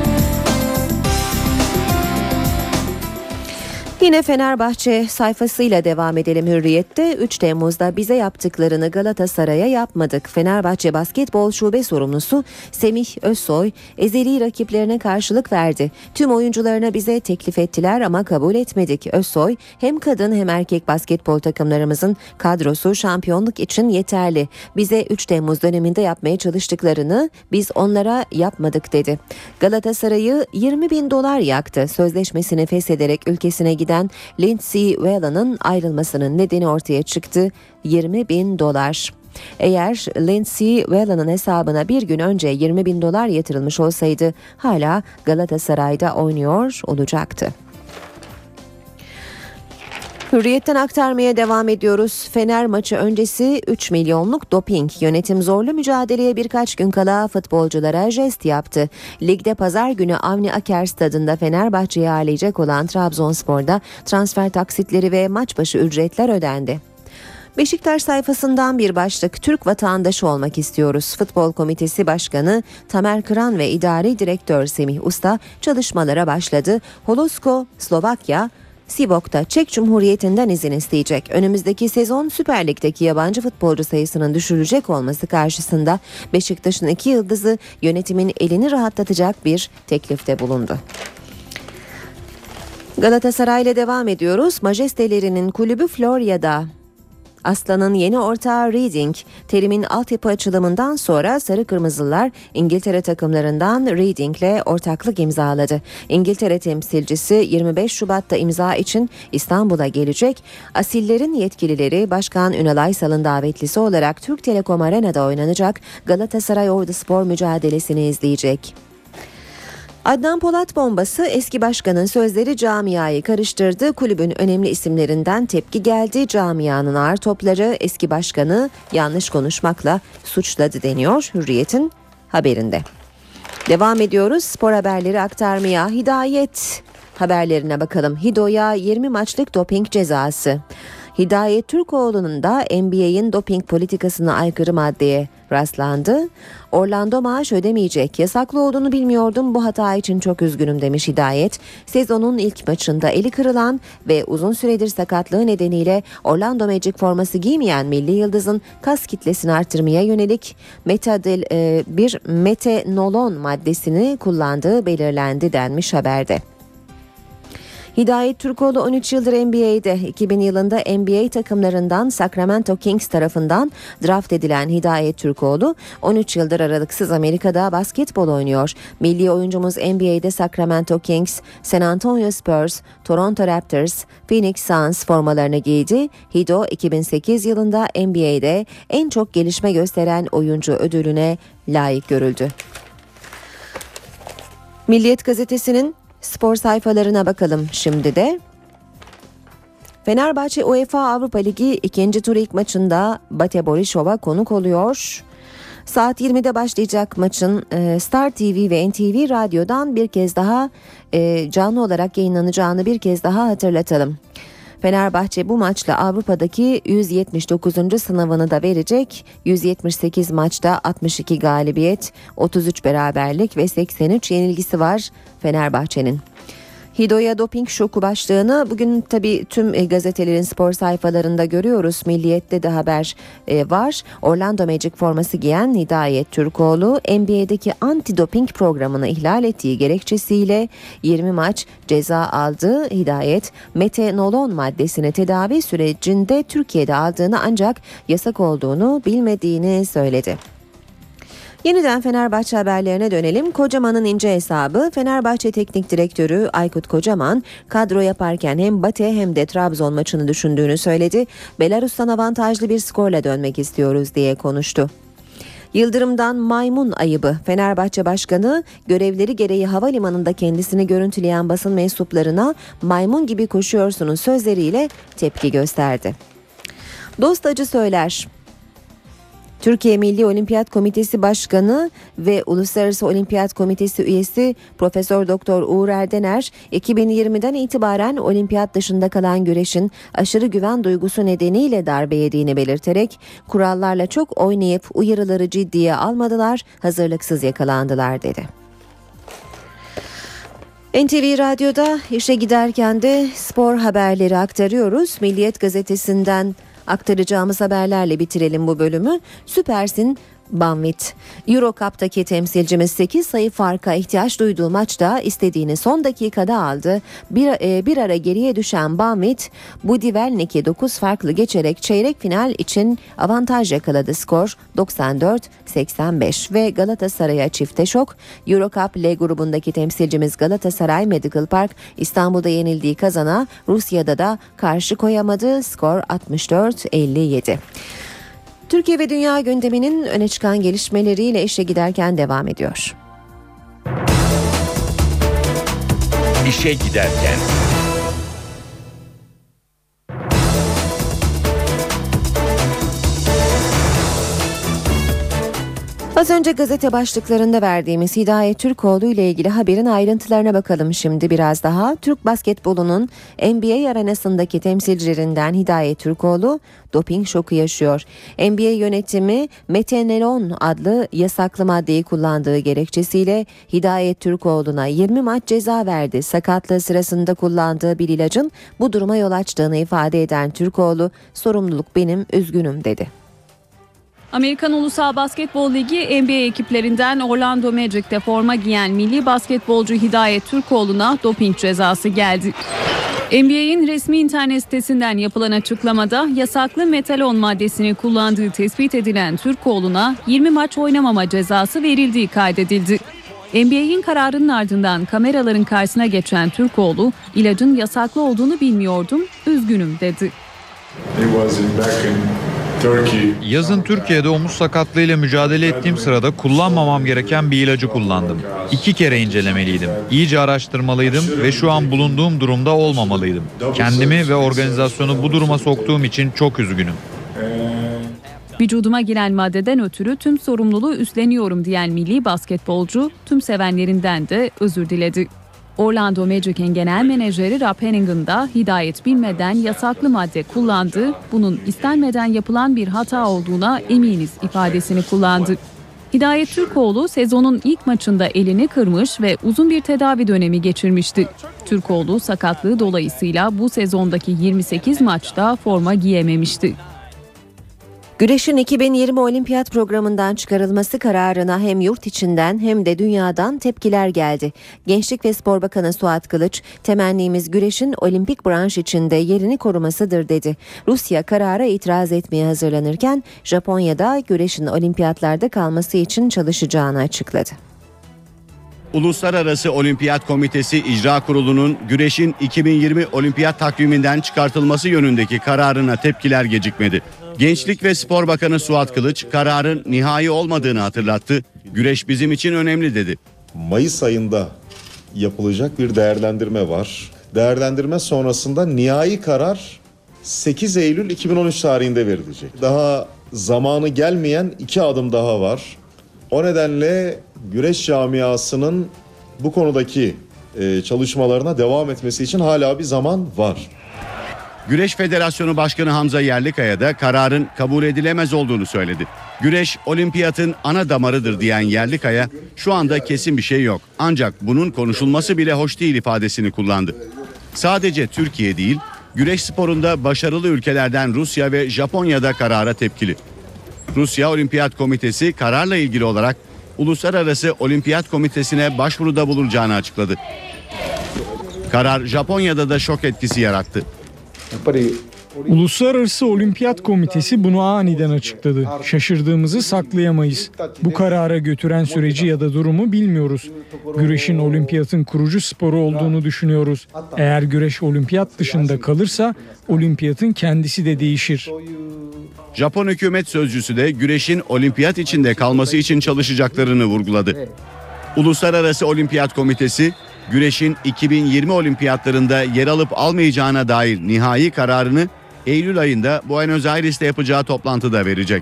Yine Fenerbahçe sayfasıyla devam edelim Hürriyet'te. 3 Temmuz'da bize yaptıklarını Galatasaray'a yapmadık. Fenerbahçe Basketbol Şube Sorumlusu Semih Özsoy ezeli rakiplerine karşılık verdi. Tüm oyuncularına bize teklif ettiler ama kabul etmedik. Özsoy, hem kadın hem erkek basketbol takımlarımızın kadrosu şampiyonluk için yeterli. Bize 3 Temmuz döneminde yapmaya çalıştıklarını biz onlara yapmadık dedi. Galatasaray'ı $20.000 yaktı. Sözleşmesini feshederek ülkesine giden Lindsey Whelan'ın ayrılmasının nedeni ortaya çıktı. $20.000. Eğer Lindsey Whelan'ın hesabına bir gün önce $20.000 yatırılmış olsaydı hala Galatasaray'da oynuyor olacaktı. Hürriyet'ten aktarmaya devam ediyoruz. Fener maçı öncesi 3 milyonluk doping. Yönetim zorlu mücadeleye birkaç gün kala futbolculara jest yaptı. Ligde pazar günü Avni Aker stadında Fenerbahçe'yi ağırlayacak olan Trabzonspor'da transfer taksitleri ve maç başı ücretler ödendi. Beşiktaş sayfasından bir başlık. Türk vatandaşı olmak istiyoruz. Futbol Komitesi Başkanı Tamer Kıran ve İdari Direktör Semih Usta çalışmalara başladı. Holosko Slovakya Sivok'ta Çek Cumhuriyeti'nden izin isteyecek. Önümüzdeki sezon Süper Lig'deki yabancı futbolcu sayısının düşürülecek olması karşısında Beşiktaş'ın 2 yıldızı yönetimin elini rahatlatacak bir teklifte bulundu. Galatasaray'la devam ediyoruz. Majestelerinin kulübü Florya'da. Aslan'ın yeni ortağı Reading, terimin altyapı açılımından sonra Sarı Kırmızılar İngiltere takımlarından Reading'le ortaklık imzaladı. İngiltere temsilcisi 25 Şubat'ta imza için İstanbul'a gelecek. Asillerin yetkilileri Başkan Ünal Aysal'ın davetlisi olarak Türk Telekom Arena'da oynanacak Galatasaray Orduspor mücadelesini izleyecek. Adnan Polat bombası, eski başkanın sözleri camiayı karıştırdı. Kulübün önemli isimlerinden tepki geldi. Camianın ağır topları eski başkanı yanlış konuşmakla suçladı deniyor Hürriyet'in haberinde. Devam ediyoruz spor haberleri aktarmaya. Hidayet haberlerine bakalım. Hido'ya 20 maçlık doping cezası. Hidayet Türkoğlu'nun da NBA'in doping politikasına aykırı maddeye rastlandı. Orlando maaş ödemeyecek. Yasaklı olduğunu bilmiyordum. Bu hata için çok üzgünüm demiş Hidayet. Sezonun ilk maçında eli kırılan ve uzun süredir sakatlığı nedeniyle Orlando Magic forması giymeyen milli yıldızın kas kitlesini artırmaya yönelik bir metenolon maddesini kullandığı belirlendi denmiş haberde. Hidayet Türkoğlu 13 yıldır NBA'de. 2000 yılında NBA takımlarından Sacramento Kings tarafından draft edilen Hidayet Türkoğlu 13 yıldır aralıksız Amerika'da basketbol oynuyor. Milli oyuncumuz NBA'de Sacramento Kings, San Antonio Spurs, Toronto Raptors, Phoenix Suns formalarını giydi. Hido 2008 yılında NBA'de en çok gelişme gösteren oyuncu ödülüne layık görüldü. Milliyet gazetesinin spor sayfalarına bakalım şimdi de. Fenerbahçe UEFA Avrupa Ligi 2. tur ilk maçında Bate Borisov'a konuk oluyor. Saat 20'de başlayacak maçın Star TV ve NTV Radyo'dan bir kez daha canlı olarak yayınlanacağını bir kez daha hatırlatalım. Fenerbahçe bu maçla Avrupa'daki 179. sınavını da verecek. 178 maçta 62 galibiyet, 33 beraberlik ve 83 yenilgisi var Fenerbahçe'nin. Hido'ya doping şoku başlığını bugün tabii tüm gazetelerin spor sayfalarında görüyoruz. Milliyet'te de haber var. Orlando Magic forması giyen Hidayet Türkoğlu NBA'deki anti-doping programını ihlal ettiği gerekçesiyle 20 maç ceza aldı. Hidayet metenolon maddesini tedavi sürecinde Türkiye'de aldığını ancak yasak olduğunu bilmediğini söyledi. Yeniden Fenerbahçe haberlerine dönelim. Kocaman'ın ince hesabı. Fenerbahçe Teknik Direktörü Aykut Kocaman kadro yaparken hem Bate hem de Trabzon maçını düşündüğünü söyledi. Belarus'tan avantajlı bir skorla dönmek istiyoruz diye konuştu. Yıldırım'dan maymun ayıbı. Fenerbahçe Başkanı görevleri gereği havalimanında kendisini görüntüleyen basın mensuplarına maymun gibi koşuyorsunuz sözleriyle tepki gösterdi. Dost acı söyler. Türkiye Milli Olimpiyat Komitesi Başkanı ve Uluslararası Olimpiyat Komitesi üyesi Profesör Doktor Uğur Erdener, 2020'den itibaren olimpiyat dışında kalan güreşin aşırı güven duygusu nedeniyle darbe yediğini belirterek kurallarla çok oynayıp uyarıları ciddiye almadılar, hazırlıksız yakalandılar dedi. NTV Radyo'da işe giderken de spor haberleri aktarıyoruz. Milliyet gazetesinden aktaracağımız haberlerle bitirelim bu bölümü. Süpersin Banvit. Euro Cup'taki temsilcimiz 8 sayı farka ihtiyaç duyduğu maçta istediğini son dakikada aldı. Bir ara geriye düşen Banvit, Budivelnik'i 9 farklı geçerek çeyrek final için avantaj yakaladı. Skor 94-85 ve Galatasaray'a çifte şok. Euro Cup L grubundaki temsilcimiz Galatasaray Medical Park İstanbul'da yenildiği Kazan'a Rusya'da da karşı koyamadı. Skor 64-57. Türkiye ve dünya gündeminin öne çıkan gelişmeleriyle işe giderken devam ediyor. İşe giderken. Az önce gazete başlıklarında verdiğimiz Hidayet Türkoğlu ile ilgili haberin ayrıntılarına bakalım şimdi biraz daha. Türk basketbolunun NBA arenasındaki temsilcilerinden Hidayet Türkoğlu doping şoku yaşıyor. NBA yönetimi metenolon adlı yasaklı maddeyi kullandığı gerekçesiyle Hidayet Türkoğlu'na 20 maç ceza verdi. Sakatlığı sırasında kullandığı bir ilacın bu duruma yol açtığını ifade eden Türkoğlu, sorumluluk benim, üzgünüm dedi. Amerikan Ulusal Basketbol Ligi NBA ekiplerinden Orlando Magic'te forma giyen milli basketbolcu Hidayet Türkoğlu'na doping cezası geldi. NBA'in resmi internet sitesinden yapılan açıklamada yasaklı metalon maddesini kullandığı tespit edilen Türkoğlu'na 20 maç oynamama cezası verildiği kaydedildi. NBA'in kararının ardından kameraların karşısına geçen Türkoğlu, ilacın yasaklı olduğunu bilmiyordum, üzgünüm dedi. Yazın Türkiye'de omuz sakatlığıyla mücadele ettiğim sırada kullanmamam gereken bir ilacı kullandım. 2 kere incelemeliydim. İyice araştırmalıydım ve şu an bulunduğum durumda olmamalıydım. Kendimi ve organizasyonu bu duruma soktuğum için çok üzgünüm. Vücuduma giren maddeden ötürü tüm sorumluluğu üstleniyorum diyen milli basketbolcu tüm sevenlerinden de özür diledi. Orlando Magic'in genel menajeri Rob Hennigan da Hidayet bilmeden yasaklı madde kullandı, bunun istenmeden yapılan bir hata olduğuna eminiz ifadesini kullandı. Hidayet Türkoğlu sezonun ilk maçında elini kırmış ve uzun bir tedavi dönemi geçirmişti. Türkoğlu sakatlığı dolayısıyla bu sezondaki 28 maçta forma giyememişti. Güreşin 2020 olimpiyat programından çıkarılması kararına hem yurt içinden hem de dünyadan tepkiler geldi. Gençlik ve Spor Bakanı Suat Kılıç, temennimiz güreşin olimpik branş içinde yerini korumasıdır dedi. Rusya karara itiraz etmeye hazırlanırken Japonya'da güreşin olimpiyatlarda kalması için çalışacağını açıkladı. Uluslararası Olimpiyat Komitesi İcra Kurulu'nun güreşin 2020 olimpiyat takviminden çıkartılması yönündeki kararına tepkiler gecikmedi. Gençlik ve Spor Bakanı Suat Kılıç kararın nihai olmadığını hatırlattı. Güreş bizim için önemli dedi. Mayıs ayında yapılacak bir değerlendirme var. Değerlendirme sonrasında nihai karar 8 Eylül 2013 tarihinde verilecek. Daha zamanı gelmeyen 2 adım daha var. O nedenle güreş camiasının bu konudaki çalışmalarına devam etmesi için hala bir zaman var. Güreş Federasyonu Başkanı Hamza Yerlikaya da kararın kabul edilemez olduğunu söyledi. Güreş olimpiyatın ana damarıdır diyen Yerlikaya, şu anda kesin bir şey yok. Ancak bunun konuşulması bile hoş değil ifadesini kullandı. Sadece Türkiye değil, güreş sporunda başarılı ülkelerden Rusya ve Japonya'da karara tepkili. Rusya Olimpiyat Komitesi kararla ilgili olarak Uluslararası Olimpiyat Komitesi'ne başvuruda bulunacağını açıkladı. Karar Japonya'da da şok etkisi yarattı. Uluslararası Olimpiyat Komitesi bunu aniden açıkladı. Şaşırdığımızı saklayamayız. Bu karara götüren süreci ya da durumu bilmiyoruz. Güreşin olimpiyatın kurucu sporu olduğunu düşünüyoruz. Eğer güreş olimpiyat dışında kalırsa olimpiyatın kendisi de değişir. Japon hükümet sözcüsü de güreşin olimpiyat içinde kalması için çalışacaklarını vurguladı. Uluslararası Olimpiyat Komitesi, güreşin 2020 olimpiyatlarında yer alıp almayacağına dair nihai kararını Eylül ayında Buenos Aires'te yapacağı toplantıda verecek.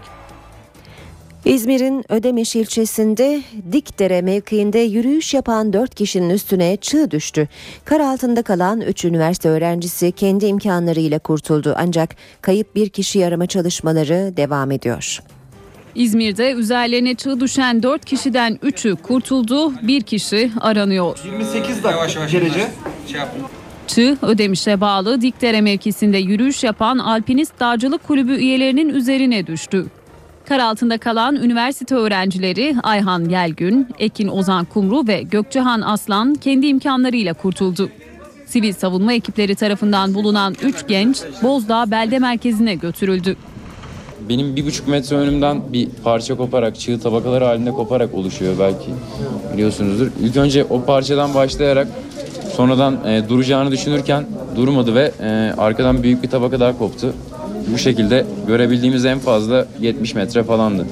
İzmir'in Ödemiş ilçesinde Dikdere mevkiinde yürüyüş yapan 4 kişinin üstüne çığ düştü. Kar altında kalan 3 üniversite öğrencisi kendi imkanlarıyla kurtuldu. Ancak kayıp bir kişi arama çalışmaları devam ediyor. İzmir'de üzerlerine çığ düşen 4 kişiden 3'ü kurtuldu, bir kişi aranıyor. 28 dakika derece. Çığ, Ödemiş'e bağlı Dikdere mevkisinde yürüyüş yapan Alpinist Dağcılık Kulübü üyelerinin üzerine düştü. Kar altında kalan üniversite öğrencileri Ayhan Yelgün, Ekin Ozan Kumru ve Gökçehan Aslan kendi imkanlarıyla kurtuldu. Sivil savunma ekipleri tarafından bulunan 3 genç Bozdağ Belde Merkezi'ne götürüldü. Benim 1,5 metre önümden bir parça koparak, çığ tabakaları halinde koparak oluşuyor, belki biliyorsunuzdur. İlk önce o parçadan başlayarak sonradan duracağını düşünürken durmadı ve arkadan büyük bir tabaka daha koptu. Bu şekilde görebildiğimiz en fazla 70 metre falandı.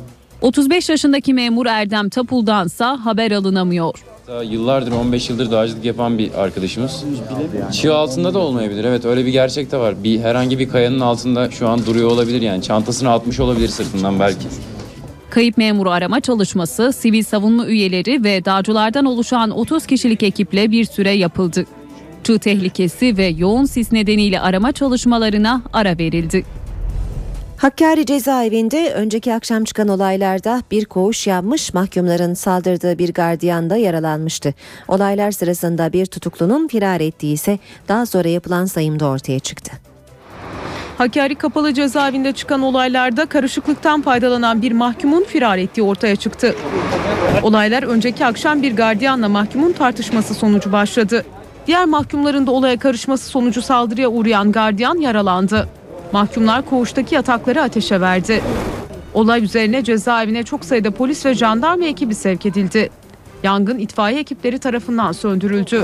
35 yaşındaki memur Erdem Tapul'dansa haber alınamıyor. Yıllardır, 15 yıldır dağcılık yapan bir arkadaşımız. Çığ altında da olmayabilir. Evet, öyle bir gerçek de var. Herhangi bir kayanın altında şu an duruyor olabilir yani. Çantasını atmış olabilir sırtından belki. Kayıp memuru arama çalışması sivil savunma üyeleri ve dağcılardan oluşan 30 kişilik ekiple bir süre yapıldı. Çığ tehlikesi ve yoğun sis nedeniyle arama çalışmalarına ara verildi. Hakkari cezaevinde önceki akşam çıkan olaylarda bir koğuş yanmış, mahkumların saldırdığı bir gardiyan da yaralanmıştı. Olaylar sırasında bir tutuklunun firar ettiği ise daha sonra yapılan sayımda ortaya çıktı. Hakkari Kapalı Cezaevinde çıkan olaylarda karışıklıktan faydalanan bir mahkumun firar ettiği ortaya çıktı. Olaylar önceki akşam bir gardiyanla mahkumun tartışması sonucu başladı. Diğer mahkumların da olaya karışması sonucu saldırıya uğrayan gardiyan yaralandı. Mahkumlar koğuştaki yatakları ateşe verdi. Olay üzerine cezaevine çok sayıda polis ve jandarma ekibi sevk edildi. Yangın itfaiye ekipleri tarafından söndürüldü.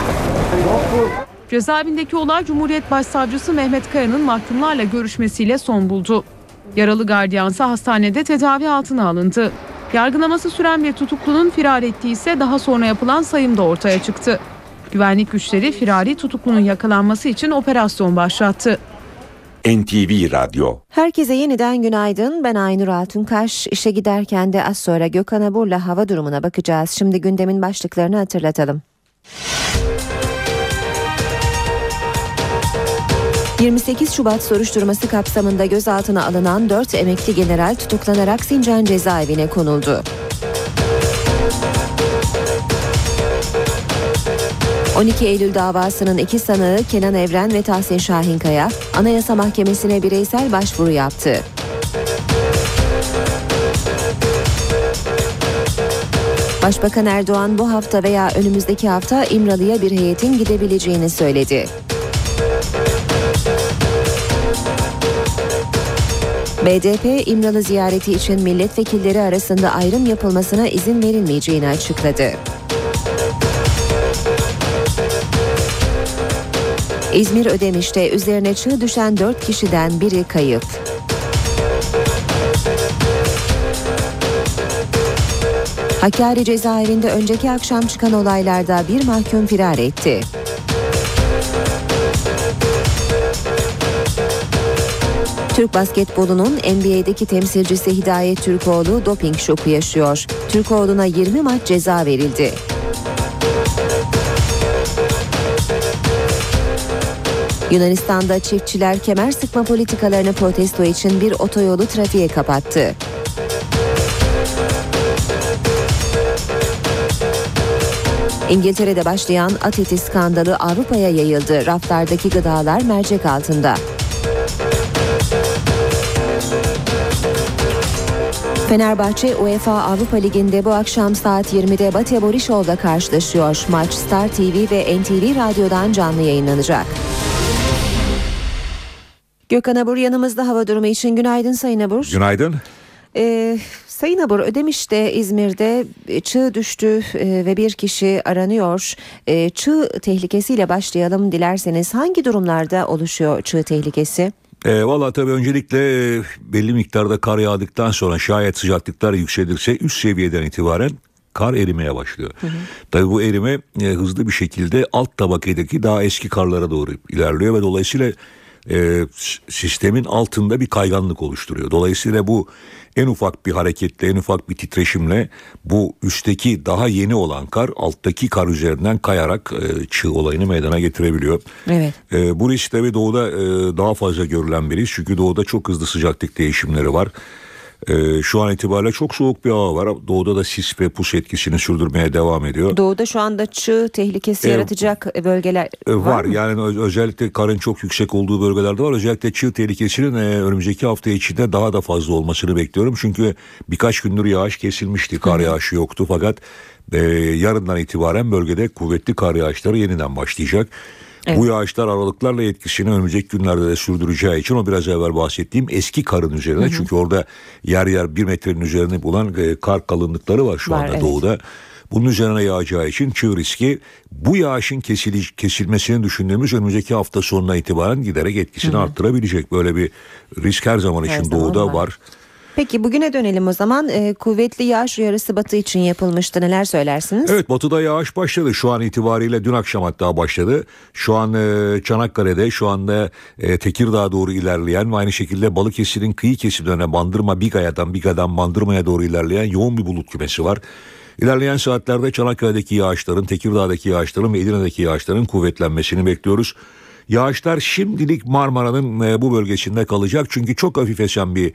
Cezaevindeki olay Cumhuriyet Başsavcısı Mehmet Kaya'nın mahkumlarla görüşmesiyle son buldu. Yaralı gardiyansa hastanede tedavi altına alındı. Yargılaması süren bir tutuklunun firar ettiği ise daha sonra yapılan sayımda ortaya çıktı. Güvenlik güçleri firari tutuklunun yakalanması için operasyon başlattı. NTV Radyo. Herkese yeniden günaydın. Ben Aynur Altunkaş. İşe giderken de az sonra Gökhan Abur'la hava durumuna bakacağız. Şimdi gündemin başlıklarını hatırlatalım. 28 Şubat soruşturması kapsamında gözaltına alınan 4 emekli general tutuklanarak Sincan cezaevine konuldu. 12 Eylül davasının 2 sanığı Kenan Evren ve Tahsin Şahinkaya, Anayasa Mahkemesi'ne bireysel başvuru yaptı. Başbakan Erdoğan bu hafta veya önümüzdeki hafta İmralı'ya bir heyetin gidebileceğini söyledi. BDP, İmralı ziyareti için milletvekilleri arasında ayrım yapılmasına izin verilmeyeceğini açıkladı. İzmir Ödemiş'te üzerine çığ düşen 4 kişiden biri kayıp. Hakkari cezaevinde önceki akşam çıkan olaylarda bir mahkum firar etti. Türk basketbolunun NBA'deki temsilcisi Hidayet Türkoğlu doping şoku yaşıyor. Türkoğlu'na 20 maç ceza verildi. Yunanistan'da çiftçiler kemer sıkma politikalarını protesto için bir otoyolu trafiğe kapattı. İngiltere'de başlayan at eti skandalı Avrupa'ya yayıldı. Raflardaki gıdalar mercek altında. Fenerbahçe UEFA Avrupa Ligi'nde bu akşam saat 20'de Bate Borisov'la karşılaşıyor. Maç Star TV ve NTV Radyo'dan canlı yayınlanacak. Gökhan Abur yanımızda hava durumu için. Günaydın Sayın Abur. Günaydın. Sayın Abur, Ödemiş'te İzmir'de çığ düştü ve bir kişi aranıyor. Çığ tehlikesiyle başlayalım dilerseniz. Hangi durumlarda oluşuyor çığ tehlikesi? Valla tabii öncelikle belli miktarda kar yağdıktan sonra şayet sıcaklıklar yükselirse üst seviyeden itibaren kar erimeye başlıyor. Tabii bu erime hızlı bir şekilde alt tabakadaki daha eski karlara doğru ilerliyor ve dolayısıyla sistemin altında bir kayganlık oluşturuyor. Dolayısıyla bu en ufak bir hareketle, en ufak bir titreşimle bu üstteki daha yeni olan kar alttaki kar üzerinden kayarak çığ olayını meydana getirebiliyor. Evet. Bu risk tabii doğuda daha fazla görülen bir risk. Çünkü doğuda çok hızlı sıcaklık değişimleri var. Şu an itibariyle çok soğuk bir hava var. Doğuda da sis ve pus etkisini sürdürmeye devam ediyor. Doğuda şu anda çığ tehlikesi yaratacak bölgeler var mı? Yani özellikle karın çok yüksek olduğu bölgelerde var. Özellikle çığ tehlikesinin önümüzdeki hafta içinde daha da fazla olmasını bekliyorum. Çünkü birkaç gündür yağış kesilmişti. Kar yağışı yoktu fakat yarından itibaren bölgede kuvvetli kar yağışları yeniden başlayacak. Evet. Bu yağışlar aralıklarla etkisini önümüzdeki günlerde de sürdüreceği için o biraz evvel bahsettiğim eski karın üzerine. Çünkü orada yer yer 1 metrenin üzerine bulan kar kalınlıkları var şu anda doğuda. Bunun üzerine yağacağı için çığ riski, bu yağışın kesilmesini düşündüğümüz önümüzdeki hafta sonuna itibaren giderek etkisini arttırabilecek. Böyle bir risk her zaman için doğuda var. Peki bugüne dönelim o zaman. Kuvvetli yağış uyarısı Batı için yapılmıştı. Neler söylersiniz? Evet, Batı'da yağış başladı. Şu an itibariyle dün akşam hatta başladı. Şu an Çanakkale'de, şu anda Tekirdağ'a doğru ilerleyen ve aynı şekilde Balıkesir'in kıyı kesimlerine Biga'dan Bandırma'ya doğru ilerleyen yoğun bir bulut kümesi var. İlerleyen saatlerde Çanakkale'deki yağışların, Tekirdağ'daki yağışların ve Edirne'deki yağışların kuvvetlenmesini bekliyoruz. Yağışlar şimdilik Marmara'nın bu bölgesinde kalacak. Çünkü çok hafif esen bir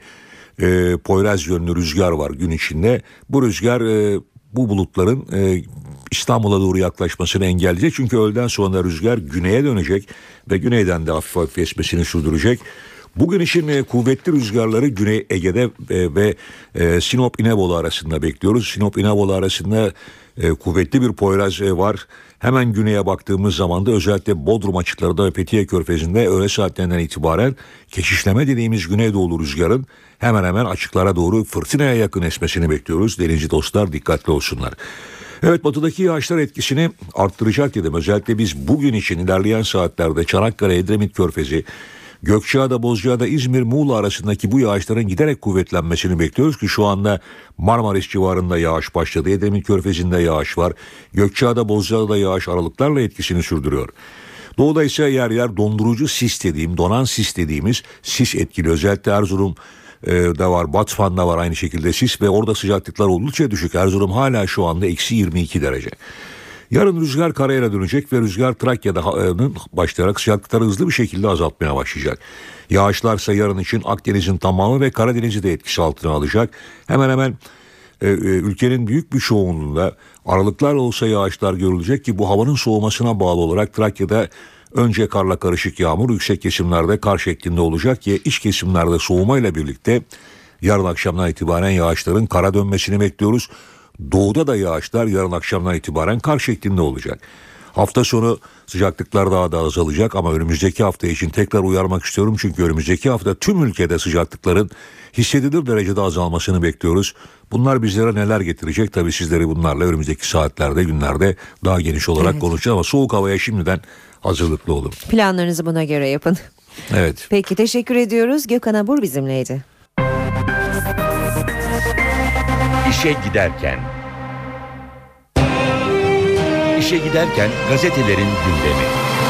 Poyraz yönlü rüzgar var gün içinde. Bu rüzgar bu bulutların İstanbul'a doğru yaklaşmasını engelleyecek. Çünkü öğleden sonra rüzgar güneye dönecek ve güneyden de hafif hafif esmesini sürdürecek. Bugün için kuvvetli rüzgarları Güney Ege'de ve Sinop İnebolu arasında bekliyoruz. Sinop İnebolu arasında kuvvetli bir Poyraz var. Hemen güneye baktığımız zaman da özellikle Bodrum açıklarında ve Fethiye Körfezi'nde öğle saatlerinden itibaren keşişleme dediğimiz güneydoğulu rüzgarın hemen hemen açıklara doğru fırtınaya yakın esmesini bekliyoruz. Denizci dostlar dikkatli olsunlar. Evet, batıdaki yağışlar etkisini arttıracak dedim. Özellikle biz bugün için ilerleyen saatlerde Çanakkale, Edremit Körfezi, Gökçeada, Bozcaada, İzmir, Muğla arasındaki bu yağışların giderek kuvvetlenmesini bekliyoruz ki şu anda Marmaris civarında yağış başladı. Edremit Körfezi'nde yağış var. Gökçeada, Bozcaada'da yağış aralıklarla etkisini sürdürüyor. Doğuda ise yer yer dondurucu sis donan sis dediğimiz sis etkili. Özellikle Erzurum da var, Batman'da var aynı şekilde sis ve orada sıcaklıklar oldukça düşük. Erzurum hala şu anda eksi 22 derece. Yarın rüzgar karayela dönecek ve rüzgar Trakya'nın başlayarak sıcaklıkları hızlı bir şekilde azaltmaya başlayacak. Yağışlarsa yarın için Akdeniz'in tamamı ve Karadeniz'i de etkisi altına alacak. Hemen hemen ülkenin büyük bir çoğunluğunda aralıklarla olsa yağışlar görülecek ki bu havanın soğumasına bağlı olarak Trakya'da önce karla karışık yağmur, yüksek kesimlerde kar şeklinde olacak ki iç kesimlerde soğumayla birlikte yarın akşamdan itibaren yağışların kara dönmesini bekliyoruz. Doğuda da yağışlar yarın akşamdan itibaren kar şeklinde olacak. Hafta sonu sıcaklıklar daha da azalacak ama önümüzdeki hafta için tekrar uyarmak istiyorum. Çünkü önümüzdeki hafta tüm ülkede sıcaklıkların hissedilir derecede azalmasını bekliyoruz. Bunlar bizlere neler getirecek? Tabii sizleri bunlarla önümüzdeki saatlerde, günlerde daha geniş olarak konuşacağız. Ama soğuk havaya şimdiden hazırlıklı olun. Planlarınızı buna göre yapın. Evet. Peki, teşekkür ediyoruz. Gökhan Abur bizimleydi. İşe giderken. İşe giderken gazetelerin gündemi.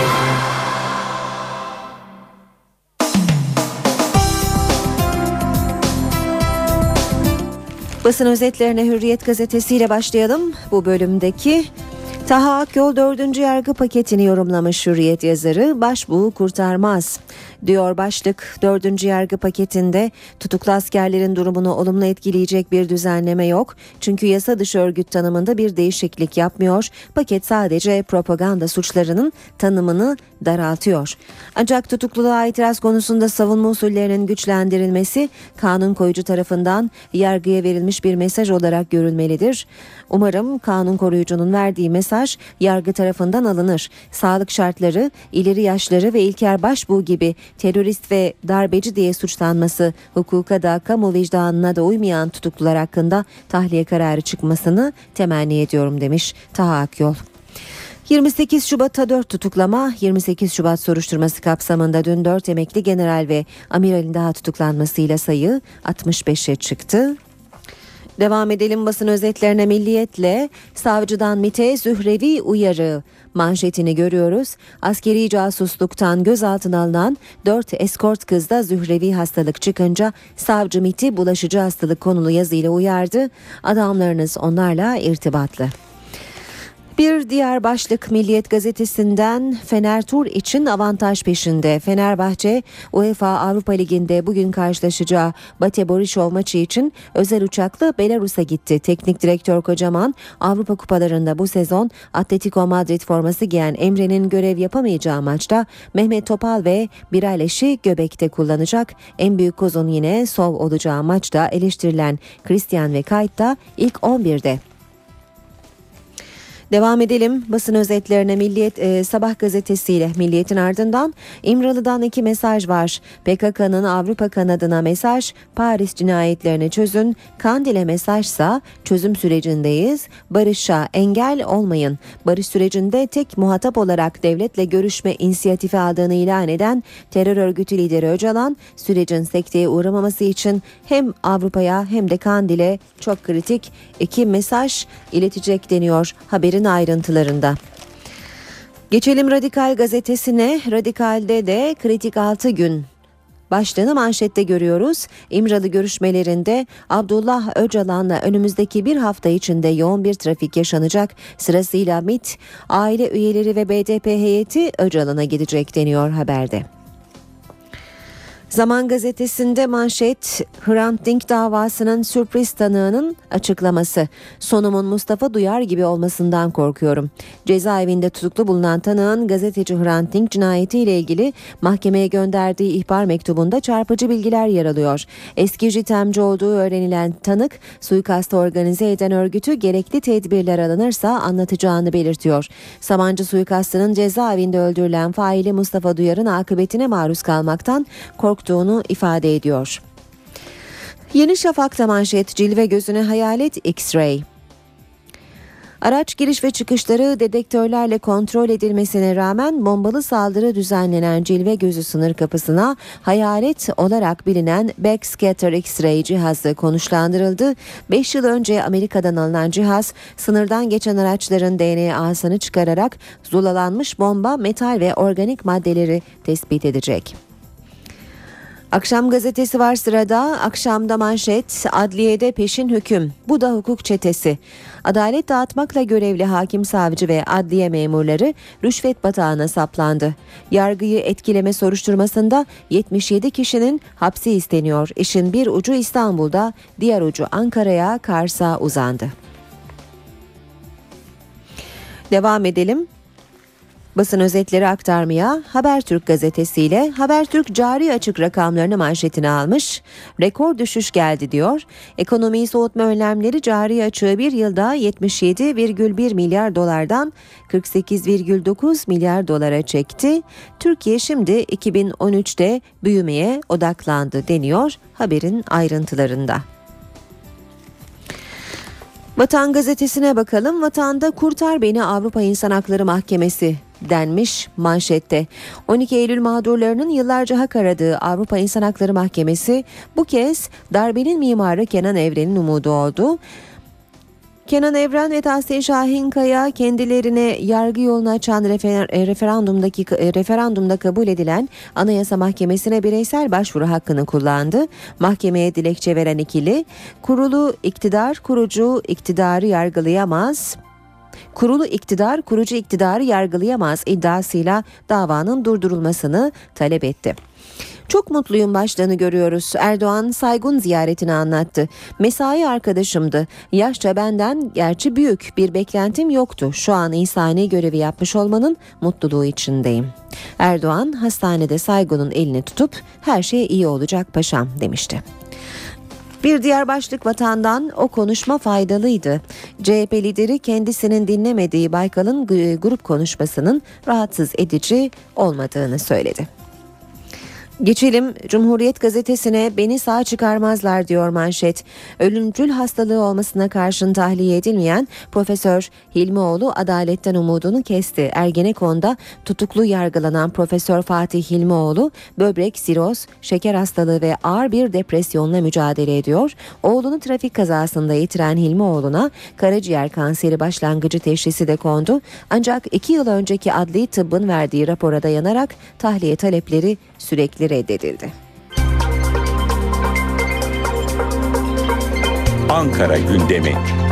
Basın özetlerine Hürriyet gazetesiyle başlayalım. Bu bölümdeki Taha Akyol 4. yargı paketini yorumlamış Hürriyet yazarı. Başbuğu kurtarmaz diyor başlık. 4. yargı paketinde tutuklu askerlerin durumunu olumlu etkileyecek bir düzenleme yok. Çünkü yasa dışı örgüt tanımında bir değişiklik yapmıyor. Paket sadece propaganda suçlarının tanımını daraltıyor. Ancak tutukluluğa itiraz konusunda savunma usullerinin güçlendirilmesi kanun koyucu tarafından yargıya verilmiş bir mesaj olarak görülmelidir. Umarım kanun koruyucunun verdiği mesaj yargı tarafından alınır. Sağlık şartları, ileri yaşları ve İlker Başbuğ gibi terörist ve darbeci diye suçlanması, hukuka da kamu vicdanına da uymayan tutuklular hakkında tahliye kararı çıkmasını temenni ediyorum demiş Taha Akyol. 28 Şubat'a 4 tutuklama, 28 Şubat soruşturması kapsamında dün 4 emekli general ve amiralin daha tutuklanmasıyla sayı 65'e çıktı. Devam edelim basın özetlerine. Milliyet'le savcıdan MİT'e Zührevi uyarı manşetini görüyoruz. Askeri casusluktan gözaltına alınan 4 eskort kızda Zührevi hastalık çıkınca savcı MİT'i bulaşıcı hastalık konulu yazıyla uyardı. Adamlarınız onlarla irtibatlı. Bir diğer başlık Milliyet gazetesinden Fener tur için avantaj peşinde. Fenerbahçe UEFA Avrupa Ligi'nde bugün karşılaşacağı Bate Borisov maçı için özel uçakla Belarus'a gitti. Teknik direktör Kocaman Avrupa kupalarında bu sezon Atletico Madrid forması giyen Emre'nin görev yapamayacağı maçta Mehmet Topal ve Biraleş'i göbekte kullanacak. En büyük kozun yine Sov olacağı maçta eleştirilen Christian ve Kayt da ilk 11'de. Devam edelim basın özetlerine. Milliyet Sabah gazetesiyle Milliyet'in ardından İmralı'dan 2 mesaj var. PKK'nın Avrupa kanadına mesaj, Paris cinayetlerini çözün. Kandil'e mesajsa çözüm sürecindeyiz. Barış'a engel olmayın. Barış sürecinde tek muhatap olarak devletle görüşme inisiyatifi aldığını ilan eden terör örgütü lideri Öcalan, sürecin sekteye uğramaması için hem Avrupa'ya hem de Kandil'e çok kritik 2 mesaj iletecek deniyor haberin ayrıntılarında. Geçelim Radikal gazetesine. Radikal'de de kritik 6 gün başlığını manşette görüyoruz. İmralı görüşmelerinde Abdullah Öcalan'la önümüzdeki bir hafta içinde yoğun bir trafik yaşanacak. Sırasıyla MİT, aile üyeleri ve BDP heyeti Öcalan'a gidecek deniyor haberde. Zaman gazetesinde manşet Hrant Dink davasının sürpriz tanığının açıklaması. Sonumun Mustafa Duyar gibi olmasından korkuyorum. Cezaevinde tutuklu bulunan tanığın gazeteci Hrant Dink cinayetiyle ilgili mahkemeye gönderdiği ihbar mektubunda çarpıcı bilgiler yer alıyor. Eski JITEM'ci olduğu öğrenilen tanık suikastı organize eden örgütü gerekli tedbirler alınırsa anlatacağını belirtiyor. Sabancı suikastının cezaevinde öldürülen faili Mustafa Duyar'ın akıbetine maruz kalmaktan korktuğunu ifade ediyor. Yeni Şafak'ta manşet cilve gözüne hayalet X-ray. Araç giriş ve çıkışları dedektörlerle kontrol edilmesine rağmen bombalı saldırı düzenlenen Cilve Gözü sınır kapısına hayalet olarak bilinen Backscatter X-ray cihazı konuşlandırıldı. 5 yıl önce Amerika'dan alınan cihaz sınırdan geçen araçların DNA'sını çıkararak zulalanmış bomba, metal ve organik maddeleri tespit edecek. Akşam gazetesi var sırada. Akşamda manşet adliyede peşin hüküm. Bu da hukuk çetesi. Adalet dağıtmakla görevli hakim, savcı ve adliye memurları rüşvet batağına saplandı. Yargıyı etkileme soruşturmasında 77 kişinin hapsi isteniyor. İşin bir ucu İstanbul'da, diğer ucu Ankara'ya, Kars'a uzandı. Devam edelim. Basın özetleri aktarmaya Habertürk gazetesiyle Habertürk cari açık rakamlarını manşetine almış. Rekor düşüş geldi diyor. Ekonomiyi soğutma önlemleri cari açığı bir yılda 77,1 milyar dolardan 48,9 milyar dolara çekti. Türkiye şimdi 2013'te büyümeye odaklandı deniyor haberin ayrıntılarında. Vatan gazetesine bakalım. Vatanda Kurtar Beni Avrupa İnsan Hakları Mahkemesi denmiş manşette. 12 Eylül mağdurlarının yıllarca hak aradığı Avrupa İnsan Hakları Mahkemesi bu kez darbenin mimarı Kenan Evren'in umudu oldu. Kenan Evren ve Tahsin Şahinkaya kendilerine yargı yolunu açan referandumda kabul edilen Anayasa Mahkemesi'ne bireysel başvuru hakkını kullandı. Mahkemeye dilekçe veren ikili, kurulu iktidar kurucu iktidarı yargılayamaz. Kurulu iktidar kurucu iktidarı yargılayamaz iddiasıyla davanın durdurulmasını talep etti. Çok mutluyum başlığını görüyoruz. Erdoğan Saygun ziyaretini anlattı. Mesai arkadaşımdı. Yaşça benden gerçi büyük, bir beklentim yoktu. Şu an insani görevi yapmış olmanın mutluluğu içindeyim. Erdoğan hastanede Saygun'un elini tutup her şey iyi olacak paşam demişti. Bir diğer başlık Vatan'dan o konuşma faydalıydı. CHP lideri kendisinin dinlemediği Baykal'ın grup konuşmasının rahatsız edici olmadığını söyledi. Geçelim Cumhuriyet gazetesine. Beni sağ çıkarmazlar diyor manşet. Ölümcül hastalığı olmasına karşın tahliye edilmeyen Profesör Hilmioğlu adaletten umudunu kesti. Ergenekon'da tutuklu yargılanan Profesör Fatih Hilmioğlu böbrek, siroz, şeker hastalığı ve ağır bir depresyonla mücadele ediyor. Oğlunu trafik kazasında yitiren Hilmioğlu'na karaciğer kanseri başlangıcı teşhisi de kondu. Ancak 2 yıl önceki adli tıbbın verdiği rapora dayanarak tahliye talepleri sürekli reddedildi. Ankara gündemi.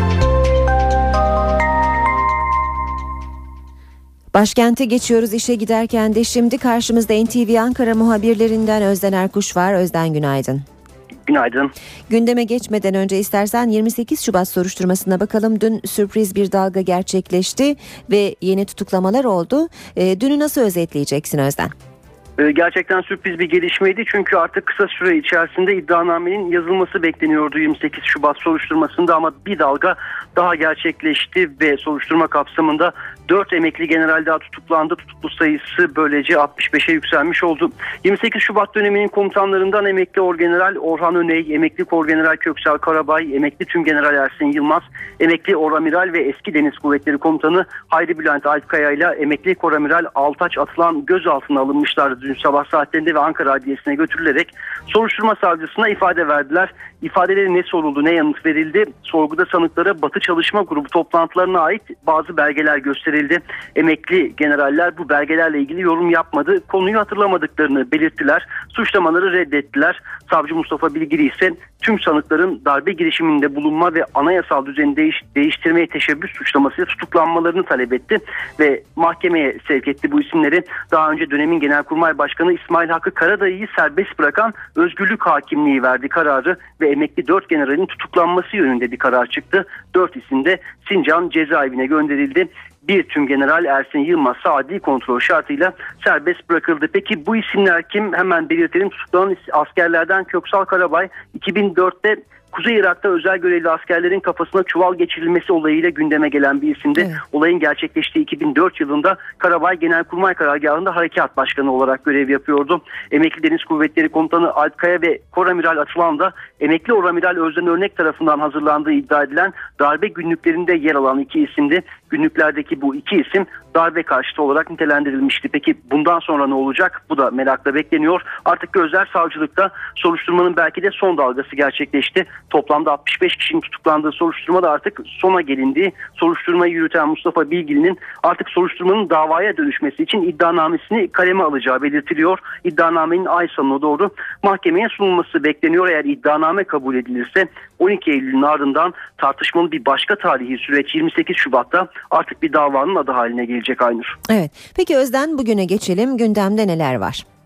Başkente geçiyoruz işe giderken de şimdi karşımızda NTV Ankara muhabirlerinden Özden Erkuş var. Özden günaydın. Günaydın. Gündeme geçmeden önce istersen 28 Şubat soruşturmasına bakalım. Dün sürpriz bir dalga gerçekleşti ve yeni tutuklamalar oldu. Dünü nasıl özetleyeceksin Özden? Gerçekten sürpriz bir gelişmeydi çünkü artık kısa süre içerisinde iddianamenin yazılması bekleniyordu 28 Şubat soruşturmasında ama bir dalga daha gerçekleşti ve soruşturma kapsamında 4 emekli general daha tutuklandı. Tutuklu sayısı böylece 65'e yükselmiş oldu. 28 Şubat döneminin komutanlarından emekli orgeneral Orhan Öney, emekli korgeneral Köksal Karabay, emekli tümgeneral Ersin Yılmaz, emekli oramiral ve eski Deniz Kuvvetleri Komutanı Hayri Bülent Alpkaya ile emekli koramiral Altaç Atılan gözaltına alınmışlardı dün sabah saatlerinde ve Ankara Adliyesi'ne götürülerek soruşturma savcısına ifade verdiler. İfadeleri ne soruldu, ne yanıt verildi? Sorguda sanıklara Batı Çalışma Grubu toplantılarına ait bazı belgeler gösterildi. Emekli generaller bu belgelerle ilgili yorum yapmadı. Konuyu hatırlamadıklarını belirttiler. Suçlamaları reddettiler. Savcı Mustafa Bilgili ise tüm sanıkların darbe girişiminde bulunma ve anayasal düzeni değiştirmeye teşebbüs suçlamasıyla tutuklanmalarını talep etti ve mahkemeye sevk etti bu isimleri. Daha önce dönemin Genelkurmay Başkanı İsmail Hakkı Karadayı'yı serbest bırakan özgürlük hakimliği verdi kararı ve emekli 4 generalin tutuklanması yönünde bir karar çıktı. 4 isim de Sincan cezaevine gönderildi. Bir tümgeneral Ersin Yılmaz adli kontrol şartıyla serbest bırakıldı. Peki bu isimler kim? Hemen belirtelim. Tutuklanan askerlerden Köksal Karabay 2004'te Kuzey Irak'ta özel görevli askerlerin kafasına çuval geçirilmesi olayıyla gündeme gelen bir isimdi. Evet. Olayın gerçekleştiği 2004 yılında Karabay Genelkurmay Karargahı'nda harekat başkanı olarak görev yapıyordu. Emekli Deniz Kuvvetleri Komutanı Alpkaya ve Koramiral Atılan da emekli Oramiral Özden Örnek tarafından hazırlandığı iddia edilen darbe günlüklerinde yer alan iki isimdi. Günlüklerdeki bu iki isim darbe karşıtı olarak nitelendirilmişti. Peki bundan sonra ne olacak? Bu da merakla bekleniyor. Artık gözler savcılıkta. Soruşturmanın belki de son dalgası gerçekleşti. Toplamda 65 kişinin tutuklandığı soruşturmada artık sona gelindiği, soruşturmayı yürüten Mustafa Bilgili'nin artık soruşturmanın davaya dönüşmesi için iddianamesini kaleme alacağı belirtiliyor. İddianamenin ay sonuna doğru mahkemeye sunulması bekleniyor. Eğer iddianame kabul edilirse 12 Eylül'ün ardından tartışmalı bir başka tarihi süreç 28 Şubat'ta artık bir davanın adı haline gelecek Aynur. Evet. Peki Özden bugüne geçelim. Gündemde neler var?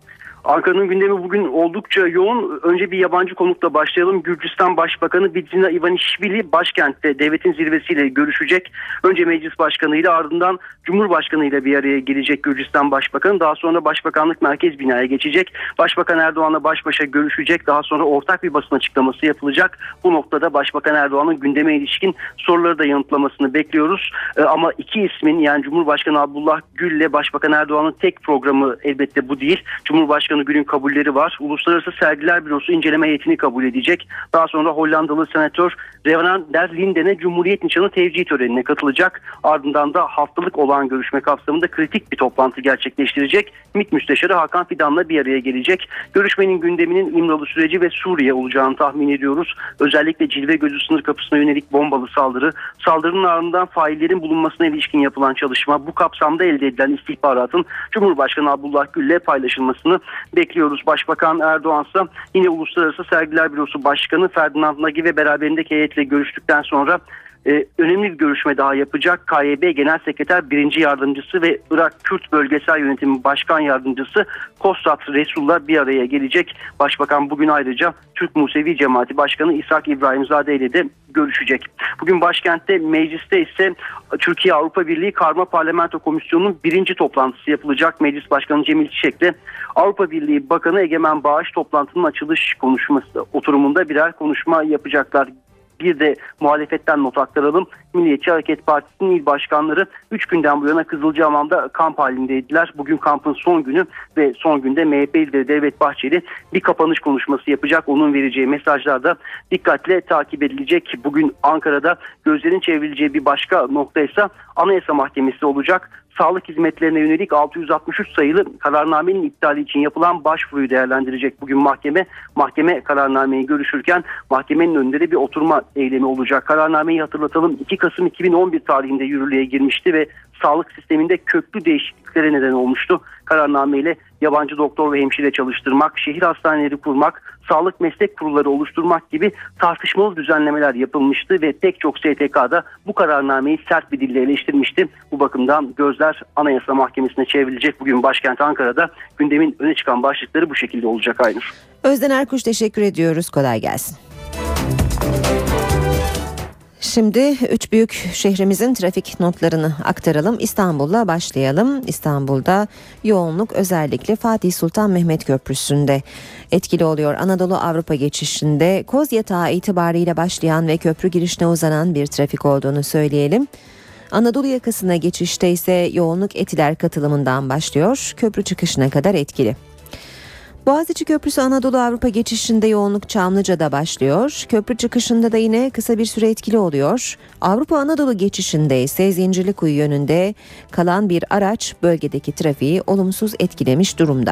Ankara'nın gündemi bugün oldukça yoğun. Önce bir yabancı konukla başlayalım. Gürcistan Başbakanı Bidzina Ivanishvili başkentte devletin zirvesiyle görüşecek. Önce meclis başkanıyla, ardından Cumhurbaşkanıyla bir araya gelecek Gürcistan Başbakanı. Daha sonra Başbakanlık Merkez Bina'ya geçecek. Başbakan Erdoğan'la baş başa görüşecek. Daha sonra ortak bir basın açıklaması yapılacak. Bu noktada Başbakan Erdoğan'ın gündeme ilişkin soruları da yanıtlamasını bekliyoruz. Ama iki ismin, yani Cumhurbaşkanı Abdullah Gül ile Başbakan Erdoğan'ın tek programı elbette bu değil. Cumhurbaşkanı Gül'ün kabulleri var. Uluslararası Sergiler Bürosu inceleme heyetini kabul edecek. Daha sonra Hollandalı senatör Renan der Linden'e Cumhuriyet Nişanı tevcih törenine katılacak. Ardından da haftalık olağan görüşme kapsamında kritik bir toplantı gerçekleştirecek. MİT Müsteşarı Hakan Fidan'la bir araya gelecek. Görüşmenin gündeminin İmralı süreci ve Suriye olacağını tahmin ediyoruz. Özellikle Cilve Gözü sınır kapısına yönelik bombalı saldırı, saldırının ardından faillerin bulunmasına ilişkin yapılan çalışma, bu kapsamda elde edilen istihbaratın Cumhurbaşkanı Abdullah Gül'le paylaşılmasını bekliyoruz. Başbakan Erdoğan ise yine Uluslararası Sergiler Bürosu Başkanı Ferdinand Nagy ve beraberindeki heyetle görüştükten sonra önemli bir görüşme daha yapacak. KYB Genel Sekreter 1. Yardımcısı ve Irak Kürt Bölgesel Yönetimi Başkan Yardımcısı Kostat Resul'la bir araya gelecek. Başbakan bugün ayrıca Türk Musevi Cemaati Başkanı İshak İbrahimzade ile de görüşecek. Bugün başkentte, mecliste ise Türkiye Avrupa Birliği Karma Parlamento Komisyonu'nun 1. toplantısı yapılacak. Meclis Başkanı Cemil Çiçek de Avrupa Birliği Bakanı Egemen Bağış toplantının açılış konuşması oturumunda birer konuşma yapacaklar. Bir de muhalefetten not aktaralım. Milliyetçi Hareket Partisi'nin il başkanları 3 günden bu yana Kızılcahamam'da kamp halindeydiler. Bugün kampın son günü ve son günde MHP lideri Devlet Bahçeli bir kapanış konuşması yapacak. Onun vereceği mesajlar da dikkatle takip edilecek. Bugün Ankara'da gözlerin çevrileceği bir başka nokta ise Anayasa Mahkemesi olacak. Sağlık hizmetlerine yönelik 663 sayılı kararnamenin iptali için yapılan başvuruyu değerlendirecek bugün mahkeme. Mahkeme kararnameyi görüşürken mahkemenin önünde de bir oturma eylemi olacak. Kararnameyi hatırlatalım, 2 Kasım 2011 tarihinde yürürlüğe girmişti ve sağlık sisteminde köklü değişikliklere neden olmuştu. Kararnameyle yabancı doktor ve hemşire çalıştırmak, şehir hastaneleri kurmak, sağlık meslek kurulları oluşturmak gibi tartışmalı düzenlemeler yapılmıştı ve pek çok STK'da bu kararnameyi sert bir dille eleştirmişti. Bu bakımdan gözler Anayasa Mahkemesi'ne çevrilecek. Bugün başkent Ankara'da gündemin öne çıkan başlıkları bu şekilde olacak Aynur. Özden Erkuş, teşekkür ediyoruz. Kolay gelsin. Şimdi 3 büyük şehrimizin trafik notlarını aktaralım. İstanbul'la başlayalım. İstanbul'da yoğunluk özellikle Fatih Sultan Mehmet Köprüsü'nde etkili oluyor. Anadolu Avrupa geçişinde Kozyatağı itibariyle başlayan ve köprü girişine uzanan bir trafik olduğunu söyleyelim. Anadolu yakasına geçişte ise yoğunluk Etiler katılımından başlıyor. Köprü çıkışına kadar etkili. Boğaziçi Köprüsü Anadolu Avrupa geçişinde yoğunluk Çamlıca'da başlıyor. Köprü çıkışında da yine kısa bir süre etkili oluyor. Avrupa Anadolu geçişinde ise Zincirlikuyu yönünde kalan bir araç bölgedeki trafiği olumsuz etkilemiş durumda.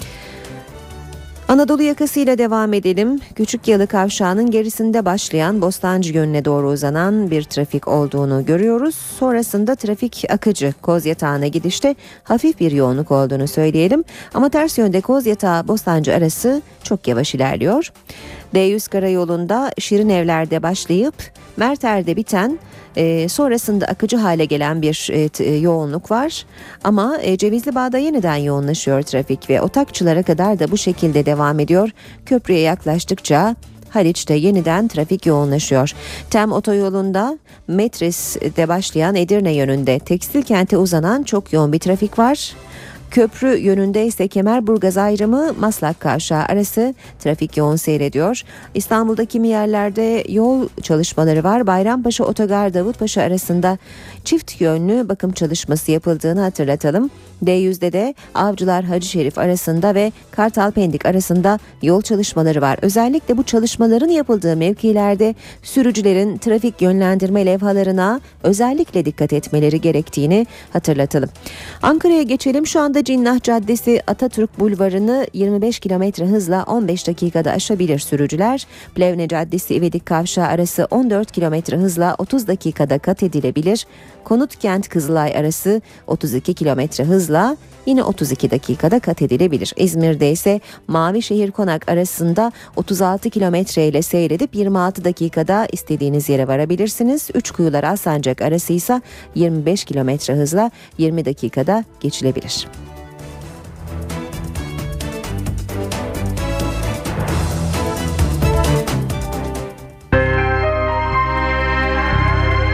Anadolu yakasıyla devam edelim. Küçükyalı Kavşağı'nın gerisinde başlayan Bostancı yönüne doğru uzanan bir trafik olduğunu görüyoruz. Sonrasında trafik akıcı. Kozyatağı'na gidişte hafif bir yoğunluk olduğunu söyleyelim. Ama ters yönde Kozyatağı Bostancı arası çok yavaş ilerliyor. D100 karayolunda Şirinevler'de başlayıp Merter'de biten, sonrasında akıcı hale gelen bir yoğunluk var. Ama Cevizli Bağ'da yeniden yoğunlaşıyor trafik ve Otakçılar'a kadar da bu şekilde devam ediyor. Köprüye yaklaştıkça Haliç'te yeniden trafik yoğunlaşıyor. TEM otoyolunda Metris'te başlayan Edirne yönünde tekstil kente uzanan çok yoğun bir trafik var. Köprü yönünde ise Kemerburgaz ayrımı Maslak Kavşağı arası trafik yoğun seyrediyor. İstanbul'da kimi yerlerde yol çalışmaları var. Bayrampaşa Otogar Davutpaşa arasında çift yönlü bakım çalışması yapıldığını hatırlatalım. D100'de de Avcılar Hacı Şerif arasında ve Kartal Pendik arasında yol çalışmaları var. Özellikle bu çalışmaların yapıldığı mevkilerde sürücülerin trafik yönlendirme levhalarına özellikle dikkat etmeleri gerektiğini hatırlatalım. Ankara'ya geçelim. Şu anda Cinnah Caddesi Atatürk Bulvarı'nı 25 km hızla 15 dakikada aşabilir sürücüler. Plevne Caddesi İvedik Kavşağı arası 14 km hızla 30 dakikada kat edilebilir. Konutkent Kızılay arası 32 km hızla yine 32 dakikada kat edilebilir. İzmir'de ise Mavişehir Konak arasında 36 kilometre ile seyredip 26 dakikada istediğiniz yere varabilirsiniz. Üçkuyular Alsancak arası ise 25 kilometre hızla 20 dakikada geçilebilir.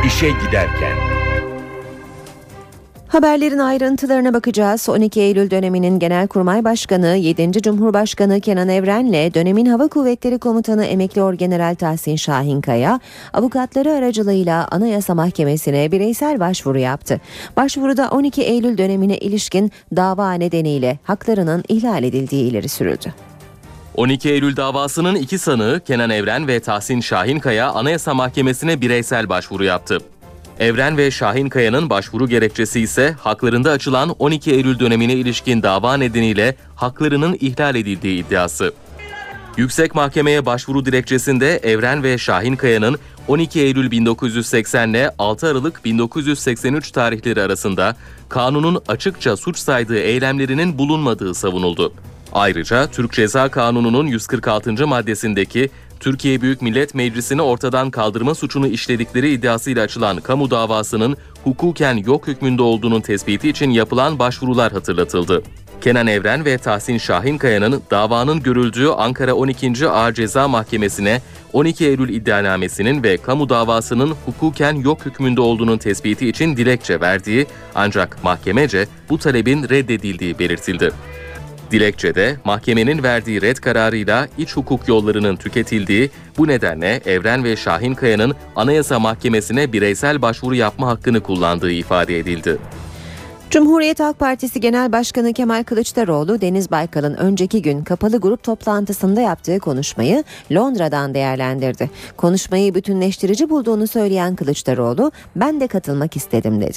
İşe giderken. Haberlerin ayrıntılarına bakacağız. 12 Eylül döneminin Genelkurmay Başkanı 7. Cumhurbaşkanı Kenan Evren'le dönemin Hava Kuvvetleri Komutanı Emekli Orgeneral Tahsin Şahinkaya, avukatları aracılığıyla Anayasa Mahkemesi'ne bireysel başvuru yaptı. Başvuruda 12 Eylül dönemine ilişkin dava nedeniyle haklarının ihlal edildiği ileri sürüldü. 12 Eylül davasının iki sanığı Kenan Evren ve Tahsin Şahinkaya Anayasa Mahkemesi'ne bireysel başvuru yaptı. Evren ve Şahinkaya'nın başvuru gerekçesi ise haklarında açılan 12 Eylül dönemine ilişkin dava nedeniyle haklarının ihlal edildiği iddiası. Yüksek Mahkeme'ye başvuru dilekçesinde Evren ve Şahinkaya'nın 12 Eylül 1980 ile 6 Aralık 1983 tarihleri arasında kanunun açıkça suç saydığı eylemlerinin bulunmadığı savunuldu. Ayrıca Türk Ceza Kanunu'nun 146. maddesindeki Türkiye Büyük Millet Meclisi'ni ortadan kaldırma suçunu işledikleri iddiasıyla açılan kamu davasının hukuken yok hükmünde olduğunun tespiti için yapılan başvurular hatırlatıldı. Kenan Evren ve Tahsin Şahinkaya'nın davanın görüldüğü Ankara 12. Ağır Ceza Mahkemesi'ne 12 Eylül iddianamesinin ve kamu davasının hukuken yok hükmünde olduğunun tespiti için dilekçe verdiği, ancak mahkemece bu talebin reddedildiği belirtildi. Dilekçede mahkemenin verdiği red kararıyla iç hukuk yollarının tüketildiği, bu nedenle Evren ve Şahinkaya'nın Anayasa Mahkemesi'ne bireysel başvuru yapma hakkını kullandığı ifade edildi. Cumhuriyet Halk Partisi Genel Başkanı Kemal Kılıçdaroğlu, Deniz Baykal'ın önceki gün kapalı grup toplantısında yaptığı konuşmayı Londra'dan değerlendirdi. Konuşmayı bütünleştirici bulduğunu söyleyen Kılıçdaroğlu, "Ben de katılmak istedim." dedi.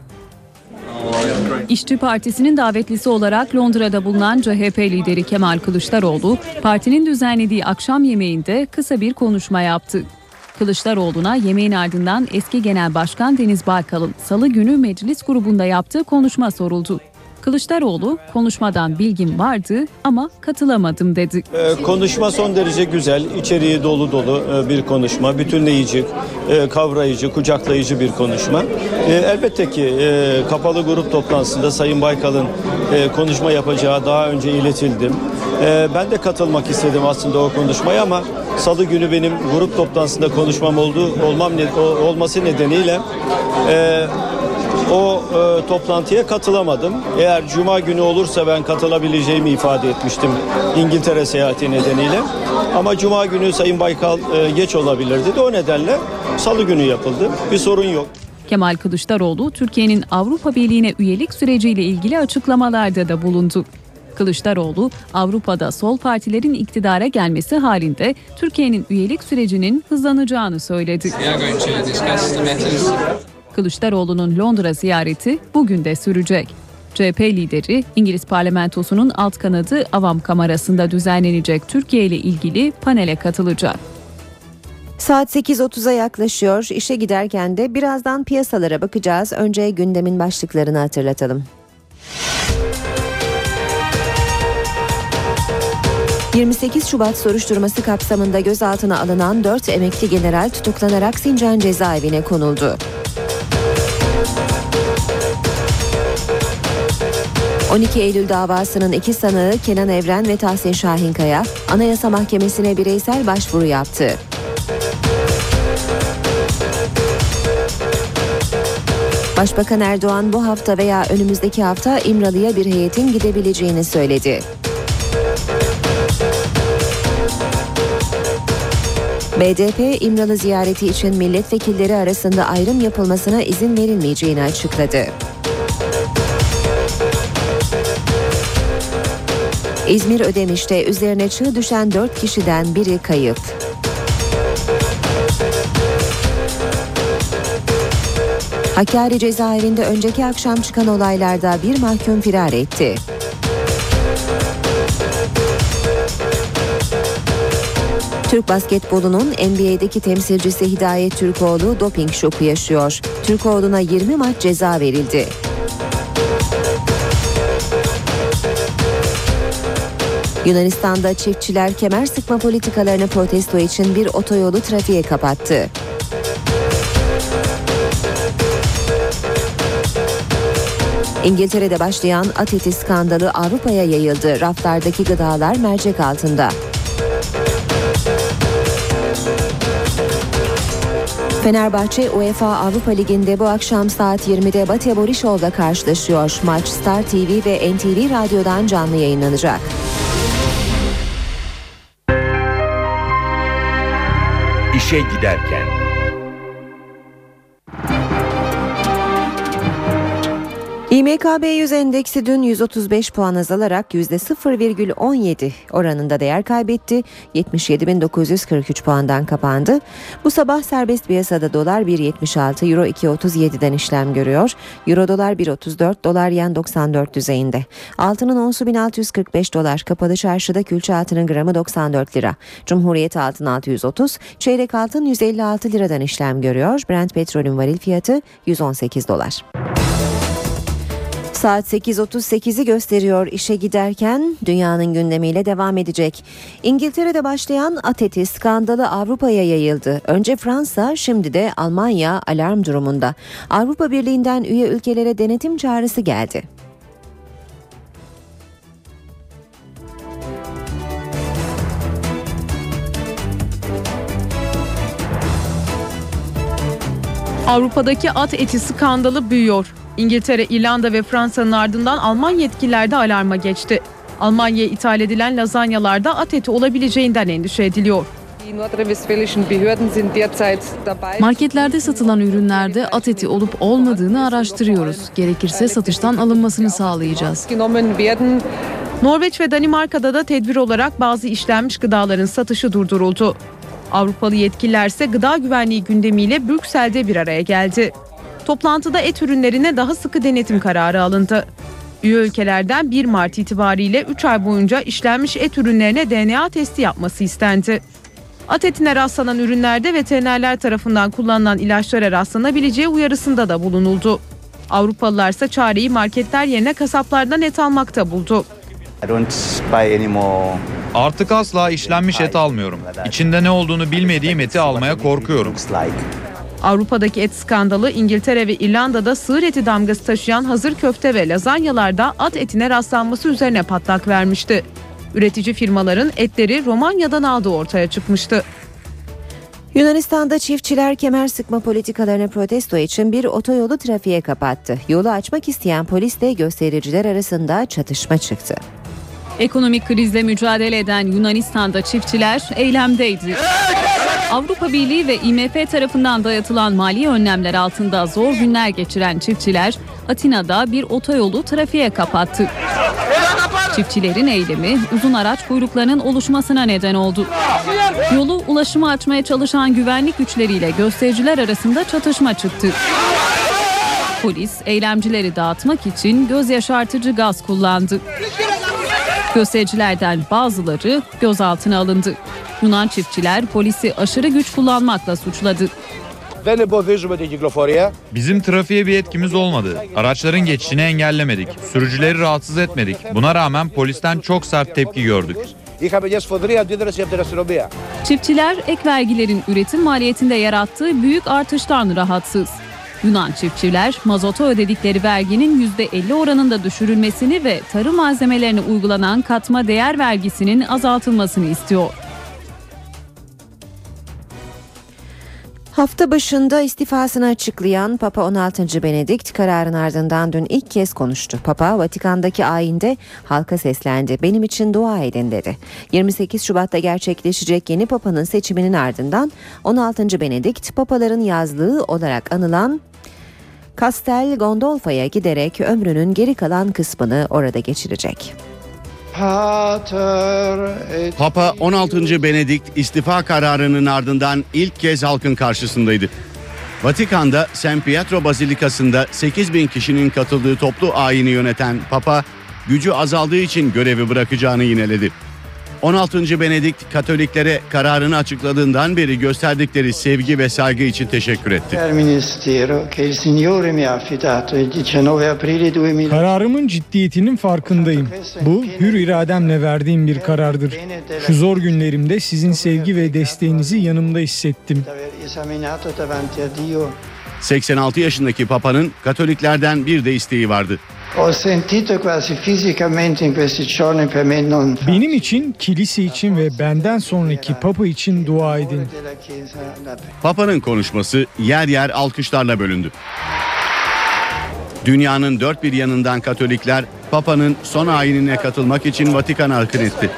İşçi Partisi'nin davetlisi olarak Londra'da bulunan CHP lideri Kemal Kılıçdaroğlu, partinin düzenlediği akşam yemeğinde kısa bir konuşma yaptı. Kılıçdaroğlu'na yemeğin ardından eski Genel Başkan Deniz Baykal'ın Salı günü meclis grubunda yaptığı konuşma soruldu. Kılıçdaroğlu, "Konuşmadan bilgim vardı ama katılamadım." dedi. Konuşma son derece güzel, içeriği dolu bir konuşma, bütünleyici, kavrayıcı, kucaklayıcı bir konuşma. Elbette ki kapalı grup toplantısında Sayın Baykal'ın konuşma yapacağı daha önce iletildi. Ben de katılmak istedim aslında o konuşmaya ama Salı günü benim grup toplantısında konuşmam olması nedeniyle o toplantıya katılamadım. Eğer Cuma günü olursa ben katılabileceğimi ifade etmiştim İngiltere seyahati nedeniyle. Ama Cuma günü Sayın Baykal geç olabilirdi de o nedenle Salı günü yapıldı. Bir sorun yok. Kemal Kılıçdaroğlu, Türkiye'nin Avrupa Birliği'ne üyelik süreciyle ilgili açıklamalarda da bulundu. Kılıçdaroğlu, Avrupa'da sol partilerin iktidara gelmesi halinde Türkiye'nin üyelik sürecinin hızlanacağını söyledi. Kılıçdaroğlu'nun Londra ziyareti bugün de sürecek. CHP lideri, İngiliz parlamentosunun alt kanadı Avam Kamerası'nda düzenlenecek Türkiye ile ilgili panele katılacak. Saat 8.30'a yaklaşıyor. İşe giderken de birazdan piyasalara bakacağız. Önce gündemin başlıklarını hatırlatalım. 28 Şubat soruşturması kapsamında gözaltına alınan 4 emekli general tutuklanarak Sincan cezaevine konuldu. 12 Eylül davasının iki sanığı Kenan Evren ve Tahsin Şahinkaya Anayasa Mahkemesi'ne bireysel başvuru yaptı. Başbakan Erdoğan bu hafta veya önümüzdeki hafta İmralı'ya bir heyetin gidebileceğini söyledi. BDP, İmralı ziyareti için milletvekilleri arasında ayrım yapılmasına izin verilmeyeceğini açıkladı. İzmir Ödemiş'te üzerine çığ düşen 4 kişiden biri kayıp. Hakkari cezaevinde önceki akşam çıkan olaylarda bir mahkum firar etti. Türk basketbolunun NBA'deki temsilcisi Hidayet Türkoğlu doping şoku yaşıyor. Türkoğlu'na 20 maç ceza verildi. Yunanistan'da çiftçiler kemer sıkma politikalarını protesto için bir otoyolu trafiğe kapattı. İngiltere'de başlayan at eti skandalı Avrupa'ya yayıldı. Raflardaki gıdalar mercek altında. Fenerbahçe UEFA Avrupa Ligi'nde bu akşam saat 20'de Bate Borisov'la karşılaşıyor. Maç Star TV ve NTV Radyo'dan canlı yayınlanacak. İşe giderken. İMKB 100 endeksi dün 135 puan azalarak %0,17 oranında değer kaybetti. 77.943 puandan kapandı. Bu sabah serbest piyasada dolar 1.76, euro 2.37'den işlem görüyor. Euro dolar 1.34, dolar yen 94 düzeyinde. Altının onsu 1645 dolar. Kapalı çarşıda külçe altının gramı 94 lira. Cumhuriyet altın 630, çeyrek altın 156 liradan işlem görüyor. Brent petrolün varil fiyatı 118 dolar. Saat 8.38'i gösteriyor. İşe giderken dünyanın gündemiyle devam edecek. İngiltere'de başlayan at eti skandalı Avrupa'ya yayıldı. Önce Fransa, şimdi de Almanya alarm durumunda. Avrupa Birliği'nden üye ülkelere denetim çağrısı geldi. Avrupa'daki at eti skandalı büyüyor. İngiltere, İrlanda ve Fransa'nın ardından Alman yetkililer de alarma geçti. Almanya'ya ithal edilen lazanyalarda at eti olabileceğinden endişe ediliyor. Marketlerde satılan ürünlerde at eti olup olmadığını araştırıyoruz. Gerekirse satıştan alınmasını sağlayacağız. Norveç ve Danimarka'da da tedbir olarak bazı işlenmiş gıdaların satışı durduruldu. Avrupalı yetkililer ise gıda güvenliği gündemiyle Brüksel'de bir araya geldi. Toplantıda et ürünlerine daha sıkı denetim kararı alındı. Üye ülkelerden 1 Mart itibariyle 3 ay boyunca işlenmiş et ürünlerine DNA testi yapması istendi. At etine rastlanan ürünlerde veterinerler tarafından kullanılan ilaçlara rastlanabileceği uyarısında da bulunuldu. Avrupalılar ise çareyi marketler yerine kasaplardan et almakta buldu. Artık asla işlenmiş et almıyorum. İçinde ne olduğunu bilmediğim eti almaya korkuyorum. Avrupa'daki et skandalı İngiltere ve İrlanda'da sığır eti damgası taşıyan hazır köfte ve lazanyalarda at etine rastlanması üzerine patlak vermişti. Üretici firmaların etleri Romanya'dan aldığı ortaya çıkmıştı. Yunanistan'da çiftçiler kemer sıkma politikalarını protesto için bir otoyolu trafiğe kapattı. Yolu açmak isteyen polisle göstericiler arasında çatışma çıktı. Ekonomik krizle mücadele eden Yunanistan'da çiftçiler eylemdeydi. Avrupa Birliği ve IMF tarafından dayatılan mali önlemler altında zor günler geçiren çiftçiler Atina'da bir otoyolu trafiğe kapattı. Çiftçilerin eylemi uzun araç kuyruklarının oluşmasına neden oldu. Yolu ulaşıma açmaya çalışan güvenlik güçleriyle göstericiler arasında çatışma çıktı. Polis eylemcileri dağıtmak için göz yaşartıcı gaz kullandı. Göstericilerden bazıları gözaltına alındı. Yunan çiftçiler polisi aşırı güç kullanmakla suçladı. Bizim trafiğe bir etkimiz olmadı. Araçların geçişini engellemedik. Sürücüleri rahatsız etmedik. Buna rağmen polisten çok sert tepki gördük. Çiftçiler ek vergilerin üretim maliyetinde yarattığı büyük artıştan rahatsız. Yunan çiftçiler mazota ödedikleri verginin %50 oranında düşürülmesini ve tarım malzemelerine uygulanan katma değer vergisinin azaltılmasını istiyor. Hafta başında istifasını açıklayan Papa 16. Benedikt kararın ardından dün ilk kez konuştu. Papa Vatikan'daki ayinde halka seslendi. Benim için dua edin dedi. 28 Şubat'ta gerçekleşecek yeni Papa'nın seçiminin ardından 16. Benedikt papaların yazlığı olarak anılan Castel Gondolfa'ya giderek ömrünün geri kalan kısmını orada geçirecek. Papa 16. Benedikt istifa kararının ardından ilk kez halkın karşısındaydı. Vatikan'da San Pietro Bazilikası'nda 8.000 kişinin katıldığı toplu ayini yöneten Papa, gücü azaldığı için görevi bırakacağını yineledi. 16. Benedikt Katoliklere kararını açıkladığından beri gösterdikleri sevgi ve saygı için teşekkür etti. Kararımın ciddiyetinin farkındayım. Bu hür irademle verdiğim bir karardır. Şu zor günlerimde sizin sevgi ve desteğinizi yanımda hissettim. 86 yaşındaki Papa'nın Katoliklerden bir de isteği vardı. Benim için, kilise için ve benden sonraki Papa için dua edin. Papa'nın konuşması yer yer alkışlarla bölündü. Dünyanın dört bir yanından Katolikler Papa'nın son ayinine katılmak için Vatikan'a akın etti.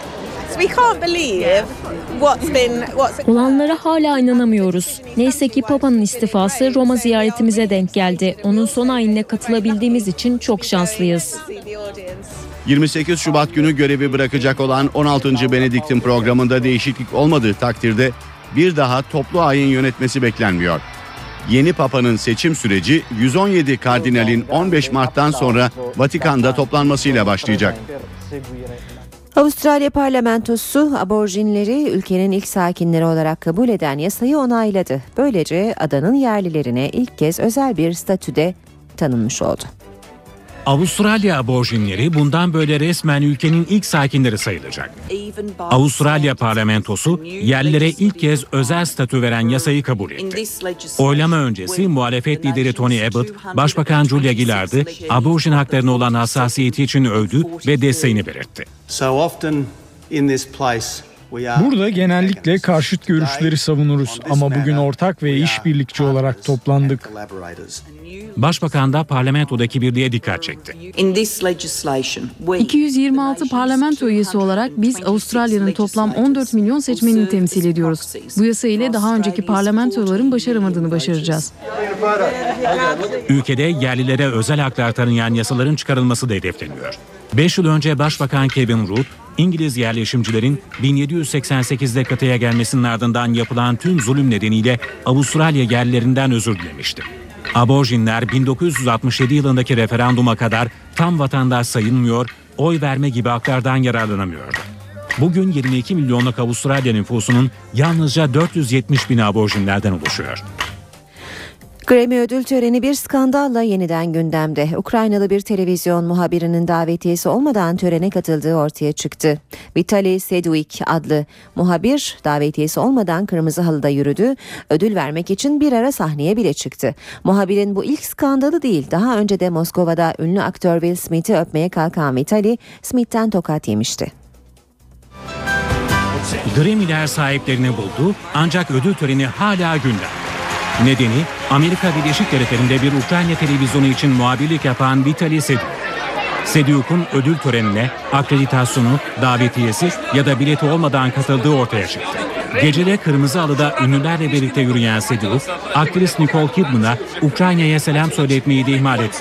Olanlara hala inanamıyoruz. Neyse ki Papa'nın istifası Roma ziyaretimize denk geldi. Onun son ayinine katılabildiğimiz için çok şanslıyız. 28 Şubat günü görevi bırakacak olan 16. Benedikt'in programında değişiklik olmadığı takdirde bir daha toplu ayin yönetmesi beklenmiyor. Yeni Papa'nın seçim süreci 117 kardinalin 15 Mart'tan sonra Vatikan'da toplanmasıyla başlayacak. Avustralya parlamentosu aborjinleri ülkenin ilk sakinleri olarak kabul eden yasayı onayladı. Böylece adanın yerlilerine ilk kez özel bir statüde tanınmış oldu. Avustralya aborjinleri bundan böyle resmen ülkenin ilk sakinleri sayılacak. Avustralya parlamentosu yerlilere ilk kez özel statü veren yasayı kabul etti. Oylama öncesi muhalefet lideri Tony Abbott, Başbakan Julia Gillard'ı aborjin haklarına olan hassasiyeti için övdü ve desteğini belirtti. Burada genellikle karşıt görüşleri savunuruz ama bugün ortak ve işbirlikçi olarak toplandık. Başbakan da parlamentodaki birliğe dikkat çekti. 226 parlamento üyesi olarak biz Avustralya'nın toplam 14 milyon seçmenini temsil ediyoruz. Bu yasa ile daha önceki parlamentoların başaramadığını başaracağız. Ülkede yerlilere özel haklar tanıyan yasaların çıkarılması da hedefleniyor. 5 yıl önce Başbakan Kevin Rudd, İngiliz yerleşimcilerin 1788'de kıtaya gelmesinin ardından yapılan tüm zulüm nedeniyle Avustralya yerlilerinden özür dilemişti. Aborjinler 1967 yılındaki referanduma kadar tam vatandaş sayılmıyor, oy verme gibi haklardan yararlanamıyordu. Bugün 22 milyonluk Avustralya nüfusunun yalnızca 470 bin aborjinlerden oluşuyor. Grammy ödül töreni bir skandalla yeniden gündemde. Ukraynalı bir televizyon muhabirinin davetiyesi olmadan törene katıldığı ortaya çıktı. Vitali Seduik adlı muhabir davetiyesi olmadan kırmızı halıda yürüdü. Ödül vermek için bir ara sahneye bile çıktı. Muhabirin bu ilk skandalı değil. Daha önce de Moskova'da ünlü aktör Will Smith'i öpmeye kalkan Vitali, Smith'ten tokat yemişti. Grammy'ler sahiplerini buldu ancak ödül töreni hala gündemde. Nedeni Amerika Birleşik Devletleri'nde bir Ukrayna televizyonu için muhabirlik yapan Vitali Sedyuk. Sedyuk'un ödül törenine akreditasyonu, davetiyesi ya da bileti olmadan katıldığı ortaya çıktı. Gecede kırmızı halıda ünlülerle birlikte yürüyen Sedyuk, aktris Nicole Kidman'a Ukrayna'ya selam söyletmeyi de ihmal etti.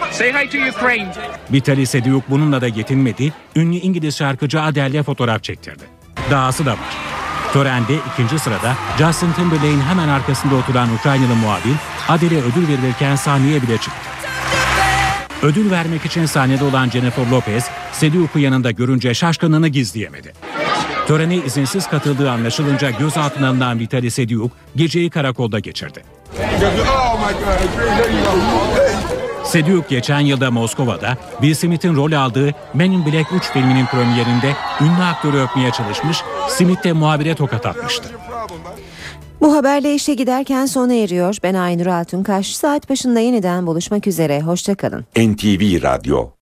Vitali Sedyuk bununla da yetinmedi, ünlü İngiliz şarkıcı Adele'le fotoğraf çektirdi. Dahası da var. Törende ikinci sırada Justin Timberlake'in hemen arkasında oturan Ukraynalı muhabir Adele ödül verilirken sahneye bile çıktı. Ödül vermek için sahnede olan Jennifer Lopez, Sedyuk'u yanında görünce şaşkınlığını gizleyemedi. Törene izinsiz katıldığı anlaşılınca gözaltına alınan Vitali Sedyuk geceyi karakolda geçirdi. Sedyuk geçen yılda Moskova'da Will Smith'in rol aldığı Men in Black 3 filminin premierinde ünlü aktörü öpmeye çalışmış, Smith de muhabire tokat atmıştı. Bu haberle işe giderken sona eriyor. Ben Aynur Altunkaş. Saat başında yeniden buluşmak üzere. Hoşça kalın. NTV Radyo